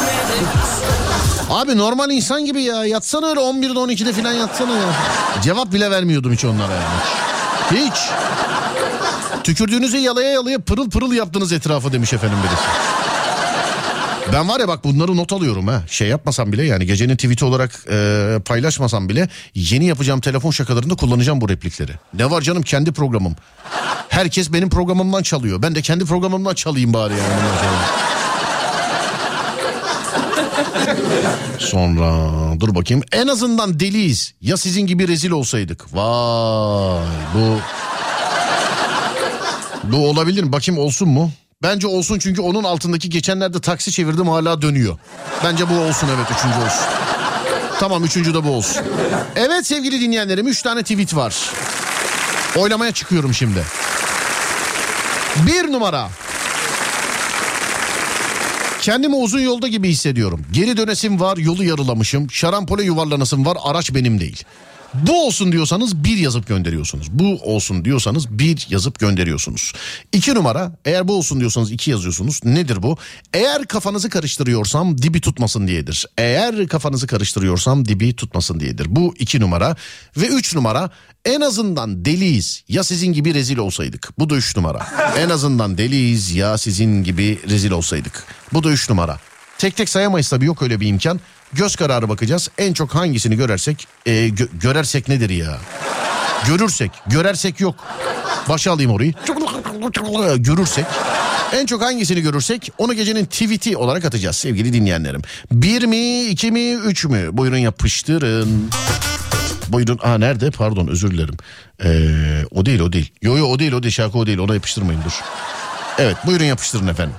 Abi normal insan gibi ya. Yatsana öyle on birde on ikide falan yatsana ya. Cevap bile vermiyordum hiç onlara yani. Hiç. Tükürdüğünüzü yalaya yalaya pırıl pırıl yaptınız etrafı demiş efendim birisi. Ben var ya bak bunları not alıyorum ha. Şey yapmasam bile yani gecenin tweet'i olarak e, paylaşmasam bile yeni yapacağım telefon şakalarında kullanacağım bu replikleri. Ne var canım, kendi programım. Herkes benim programımdan çalıyor. Ben de kendi programımdan çalayım bari yani. Sonra dur bakayım, en azından deliyiz. Ya sizin gibi rezil olsaydık. Vay bu. Bu olabilir mi? Bakayım olsun mu? Bence olsun, çünkü onun altındaki geçenlerde taksi çevirdim hala dönüyor. Bence bu olsun, evet, üçüncü olsun. Tamam, üçüncü de bu olsun. Evet sevgili dinleyenlerim, üç tane tweet var. Oylamaya çıkıyorum şimdi. Bir numara. Kendimi uzun yolda gibi hissediyorum. Geri dönesim var, yolu yarılamışım. Şarampole yuvarlanasım var, araç benim değil. Bu olsun diyorsanız bir yazıp gönderiyorsunuz. Bu olsun diyorsanız bir yazıp gönderiyorsunuz. İki numara, eğer bu olsun diyorsanız iki yazıyorsunuz. Nedir bu? Eğer kafanızı karıştırıyorsam dibi tutmasın diyedir. Eğer kafanızı karıştırıyorsam dibi tutmasın diyedir. Bu iki numara. Ve üç numara, en azından deliyiz ya sizin gibi rezil olsaydık. Bu da üç numara. En azından deliyiz ya sizin gibi rezil olsaydık. Bu da üç numara. Tek tek sayamayız tabii, yok öyle bir imkan. Göz kararı bakacağız. En çok hangisini görersek, e, gö- görersek nedir ya? Görürsek, görersek yok. Başa alayım orayı. Görürsek. En çok hangisini görürsek onu gecenin tweet'i olarak atacağız sevgili dinleyenlerim. Bir mi, iki mi, üç mü? Buyurun yapıştırın. Buyurun. Aa nerede? Pardon, özür dilerim. Ee, o değil o değil. Yo yo o değil o değil. Şarkı o değil. Ona yapıştırmayın, dur. Evet buyurun yapıştırın efendim.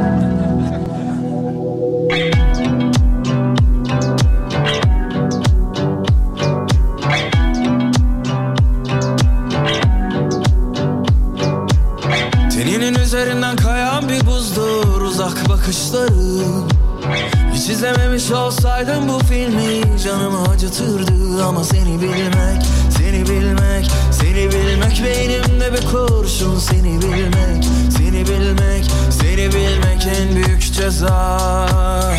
Üzerinden kayan bir buzdur uzak bakışların. Hiç izlememiş olsaydım bu filmi canımı acıtırdı. Ama seni bilmek, seni bilmek, seni bilmek beynimde bir kurşun. Seni bilmek, seni bilmek, seni bilmek en büyük ceza.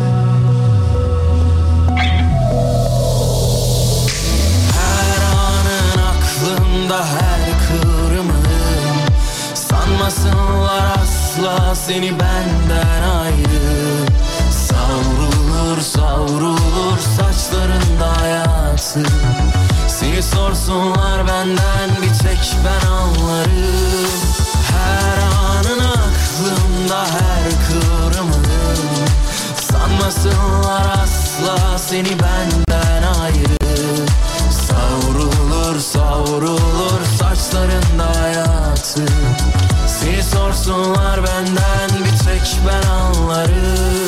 Her anın aklımda, her kıvrımın. Sanmasınlar asla seni benden ayrı. Savrulur savrulur saçlarında hayatı. Seni sorsunlar benden bir tek ben anlarım. Her anın aklımda, her kıvrımın. Sanmasınlar asla seni benden ayrı. Savrulur savrulur saçlarında hayatı. Seni sorsunlar benden bir tek ben anlarım.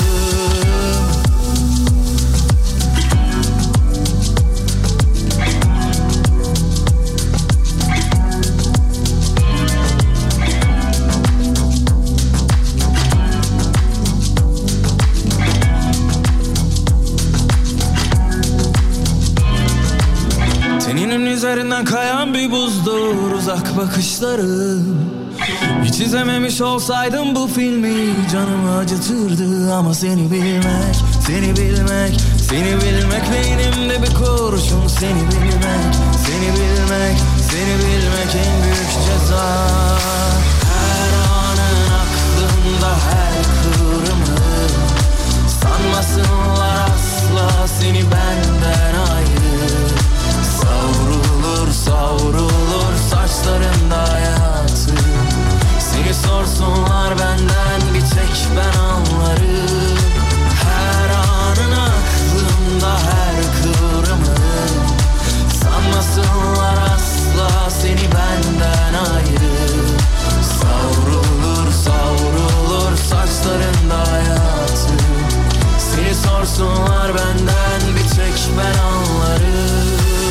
Teninin üzerinden kayan bir buzdur uzak bakışlarım. Hiç izlememiş olsaydım bu filmi canımı acıtırdı. Ama seni bilmek, seni bilmek, seni bilmek beynimde bir kurşun. Seni bilmek, seni bilmek, seni bilmek en büyük ceza. Her anın aklımda her kıvrımı. Sanmasınlar asla seni benden ayrı. Savrulur savrulur saçlarında hayatı. Seni sorsunlar benden bir tek ben anlarım. Her anın aklımda her kıvrımı. Sanmasınlar asla seni benden ayrı. Savrulur savrulur saçlarında hayatı. Seni sorsunlar benden bir tek ben anlarım.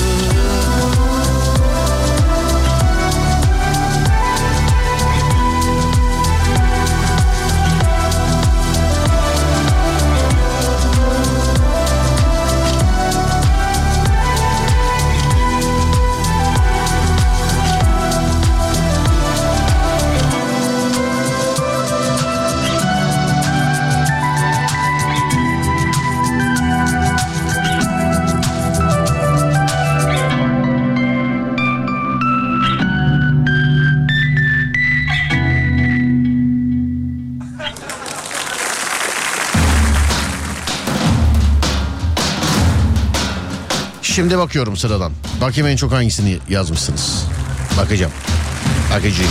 Şimdi bakıyorum sıradan. Bakayım en çok hangisini yazmışsınız. Bakacağım. Bakacağım.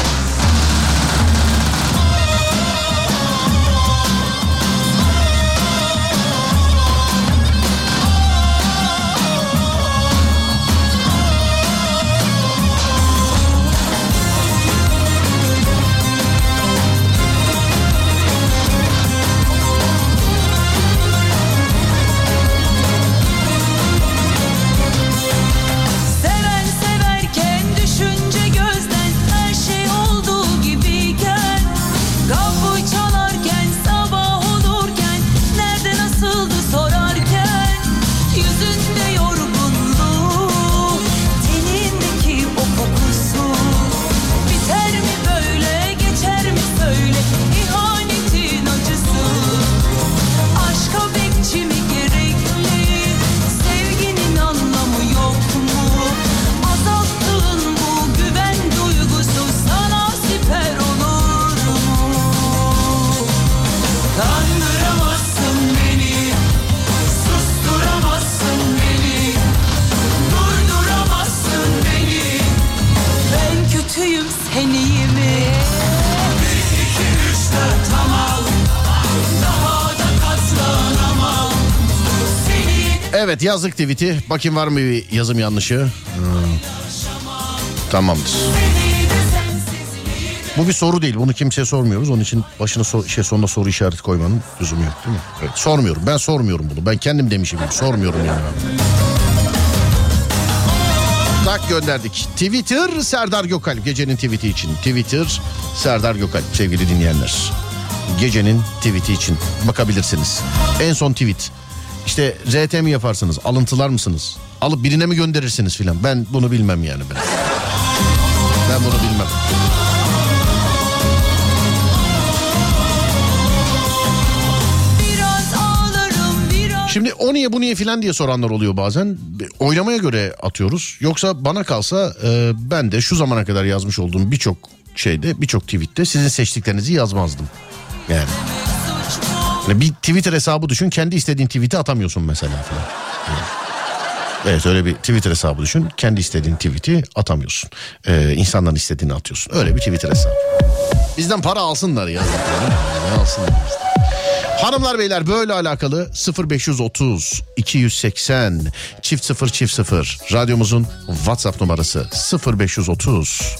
Evet, yazdık tweet'i. Bakayım var mı bir yazım yanlışı? Hmm. Tamamdır. Bu bir soru değil. Bunu kimseye sormuyoruz. Onun için başına so- şey sonuna soru işareti koymanın lüzumu yok değil mi? Evet, sormuyorum. Ben sormuyorum bunu. Ben kendim demişim gibi. Sormuyorum yani. Tak gönderdik. Twitter Serdar Gökalp. Gecenin tweet'i için. Twitter Serdar Gökalp sevgili dinleyenler. Gecenin tweet'i için bakabilirsiniz. En son tweet. İşte R T mi yaparsınız? Alıntılar mısınız? Alıp birine mi gönderirsiniz filan? Ben bunu bilmem yani ben. Ben bunu bilmem. Şimdi o niye bu niye filan diye soranlar oluyor bazen. Oylamaya göre atıyoruz. Yoksa bana kalsa e, ben de şu zamana kadar yazmış olduğum birçok şeyde, birçok tweette sizin seçtiklerinizi yazmazdım. Yani. yani bir Twitter hesabı düşün, kendi istediğin tweet'i atamıyorsun mesela falan. Yani. Evet, öyle bir Twitter hesabı düşün, kendi istediğin tweet'i atamıyorsun. Ee, insanların istediğini atıyorsun. Öyle bir Twitter hesabı. Bizden para alsınlar ya. Yani alsınlar bizden. Hanımlar beyler böyle alakalı sıfır beş otuz iki yüz seksen çift sıfır çift sıfır radyomuzun WhatsApp numarası sıfır beş otuz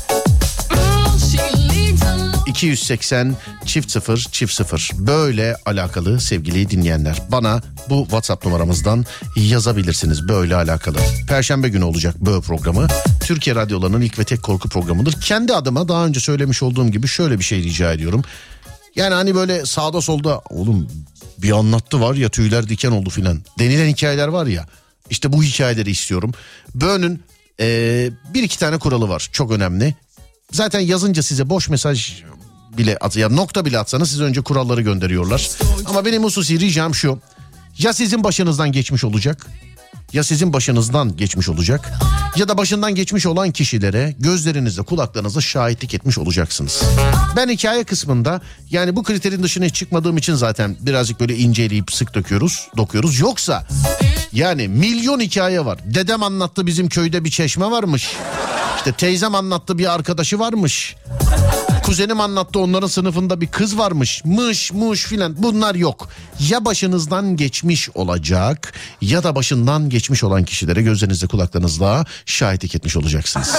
iki yüz seksen çift sıfır çift sıfır. Böyle alakalı sevgili dinleyenler bana bu WhatsApp numaramızdan yazabilirsiniz. Böyle alakalı. Perşembe günü olacak bu programı. Türkiye radyolarının ilk ve tek korku programıdır. Kendi adıma daha önce söylemiş olduğum gibi şöyle bir şey rica ediyorum. Yani hani böyle sağda solda oğlum bir anlattı var ya tüyler diken oldu filan denilen hikayeler var ya. İşte bu hikayeleri istiyorum. Böğünün ee, bir iki tane kuralı var çok önemli. Zaten yazınca size boş mesaj bile at, ya nokta bile atsanız size önce kuralları gönderiyorlar. Ama benim hususi ricam şu. Ya sizin başınızdan geçmiş olacak. Ya sizin başınızdan geçmiş olacak. Ya da başından geçmiş olan kişilere gözlerinizle kulaklarınızla şahitlik etmiş olacaksınız. Ben hikaye kısmında yani bu kriterin dışına hiç çıkmadığım için zaten birazcık böyle inceleyip sık döküyoruz, dokuyoruz. Yoksa yani milyon hikaye var. Dedem anlattı bizim köyde bir çeşme varmış. İşte teyzem anlattı bir arkadaşı varmış. Kuzenim anlattı onların sınıfında bir kız varmış. Mış mış filan bunlar yok. Ya başınızdan geçmiş olacak ya da başından geçmiş olan kişilere gözlerinizle kulaklarınızla şahitlik etmiş olacaksınız.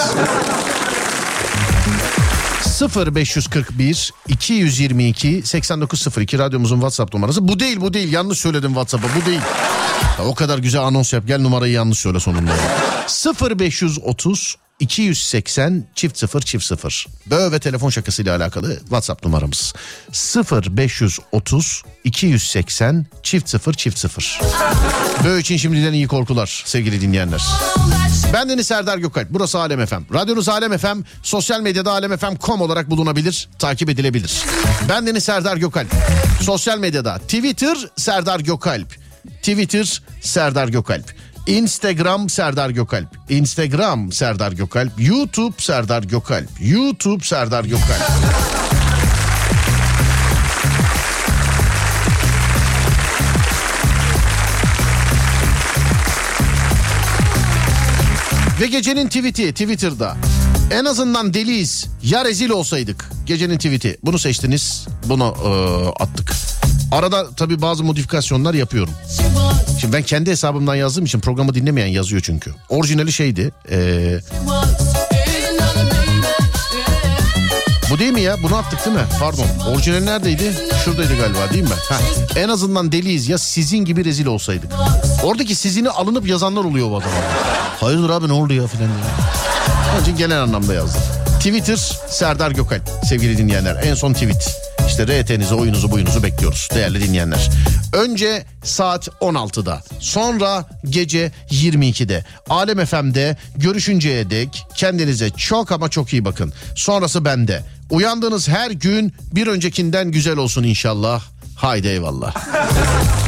sıfır beş kırk bir iki yüz yirmi iki seksen dokuz sıfır iki radyomuzun WhatsApp numarası. Bu değil bu değil yanlış söyledim WhatsApp'a bu değil. Ya o kadar güzel anons yap gel numarayı yanlış söyle sonunda. sıfır beş otuz iki yüz seksen çift sıfır çift sıfır. Böğ ve telefon şakasıyla alakalı WhatsApp numaramız. sıfır beş otuz iki yüz seksen çift sıfır çift sıfır. Böğ için şimdiden iyi korkular sevgili dinleyenler. Bendeniz Serdar Gökalp. Burası Alem F M. Radyonuz Alem F M. Sosyal medyada alem f m nokta com olarak bulunabilir, takip edilebilir. Bendeniz Serdar Gökalp. Sosyal medyada Twitter Serdar Gökalp. Twitter Serdar Gökalp. Instagram Serdar Gökalp. Instagram Serdar Gökalp. YouTube Serdar Gökalp. YouTube Serdar Gökalp. Ve gecenin tweet'i Twitter'da. En azından deliyiz. Ya rezil olsaydık. Gecenin tweet'i. Bunu seçtiniz. Bunu e, attık. Arada tabii bazı modifikasyonlar yapıyorum. Şimdi ben kendi hesabımdan yazdığım için programı dinlemeyen yazıyor çünkü. Orijinali şeydi. Ee... Bu değil mi ya? Bunu attık değil mi? Pardon. Orijinali neredeydi? Şuradaydı galiba değil mi? Heh. En azından deliyiz ya sizin gibi rezil olsaydık. Oradaki sizini alınıp yazanlar oluyor o zaman. Hayırdır abi ne oldu ya filan diye. Önce genel anlamda yazdım. Twitter Serdar Gökalp sevgili dinleyenler. En son tweet. İşte R T'nizi, oyunuzu, buyunuzu bekliyoruz değerli dinleyenler. Önce saat on altıda, sonra gece yirmi ikide. Alem F M'de görüşünceye dek kendinize çok ama çok iyi bakın. Sonrası bende. Uyandığınız her gün bir öncekinden güzel olsun inşallah. Haydi eyvallah.